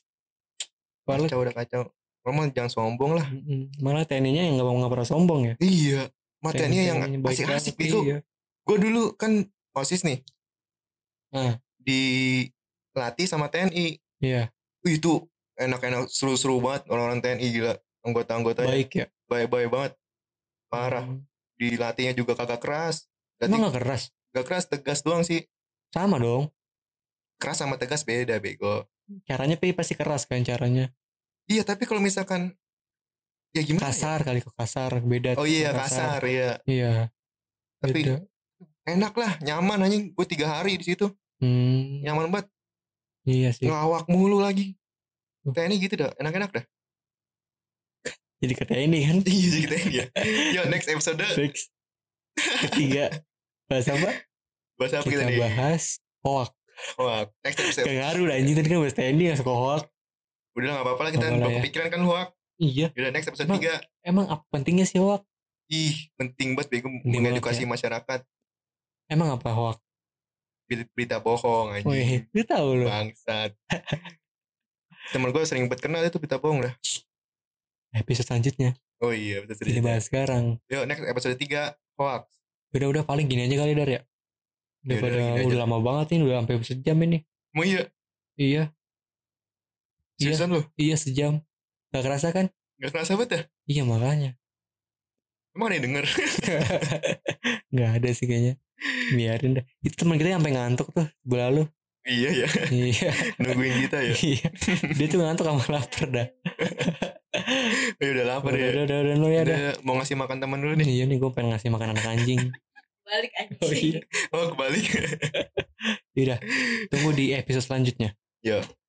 Kacau udah kacau. Ngomong jangan sombong lah. Malah T N I-nya yang gak mau gak pernah sombong ya. Iya. Malah T N I yang asik-asik gitu. Iya. Gue dulu kan OSIS nih. Nah. Dilatih sama T N I. Iya. Itu enak-enak seru-seru banget orang-orang T N I gila. Anggota-anggotanya. Baik ya. Baik-baik banget. Parah. Hmm. Dilatihnya juga kagak keras. Latih, emang gak keras? Gak keras, tegas doang sih. Sama dong. Keras sama tegas beda bego. Caranya pasti keras kan caranya. Iya tapi kalau misalkan ya gimana kasar ya? Kali kok kasar beda. Oh iya kasar, kasar iya. Iya. Tapi beda. Enak lah, nyaman anjing. Gue tiga hari di situ. Hmm. Nyaman banget. Iya sih. Ngelawak mulu lagi. T N I gitu dah, enak-enak dah. Jadi ke T N I kan? Iya jadi T N I ya. Yo next episode. Next. Ketiga. Bahas apa? Bahas apa kita, kita nih? Bahas hoak. Hoak. Next episode. Gak ngaruh lah anjing, tadi kan bahas T N I gak suka hoak. Udah lah gak apa-apa lah, kita baru kepikiran kan hoak. Iya. Udah next episode emang, tiga. Emang apa pentingnya sih hoak? Ih penting banget bego mengedukasi ya? Masyarakat. Emang apa hoak? Berita bohong anjing. Wih, lu tahu lu. Bangsat. Temen gue sering buat kenal itu berita bohong dah. Episode selanjutnya. Oh iya episode selanjutnya. Kita bahas sekarang. Yuk next episode tiga hoax. Udah-udah paling gini aja kali Dar ya. Daripada udah, udah lama banget ini, udah sampai sejam ini. Mau iya? Iya. Seriusan iya, lu? Iya sejam. Gak kerasa kan? Gak kerasa banget ya? Iya makanya. Emang ada yang denger? Gak ada sih kayaknya. Biarin dah. Itu teman kita sampai ngantuk tuh sebelah lu. Iya ya. Iya. Nungguin kita ya. Iya. Dia tuh ngantuk sama lapar dah. Ya udah lapar ya. Udah udah udah udah, ya, udah. Mau ngasih makan teman dulu nih. Iya nih gue pengen ngasih makan anak anjing. Balik anjing. Oh iya. Oh kebalik. Udah. Tunggu di episode selanjutnya. Ya.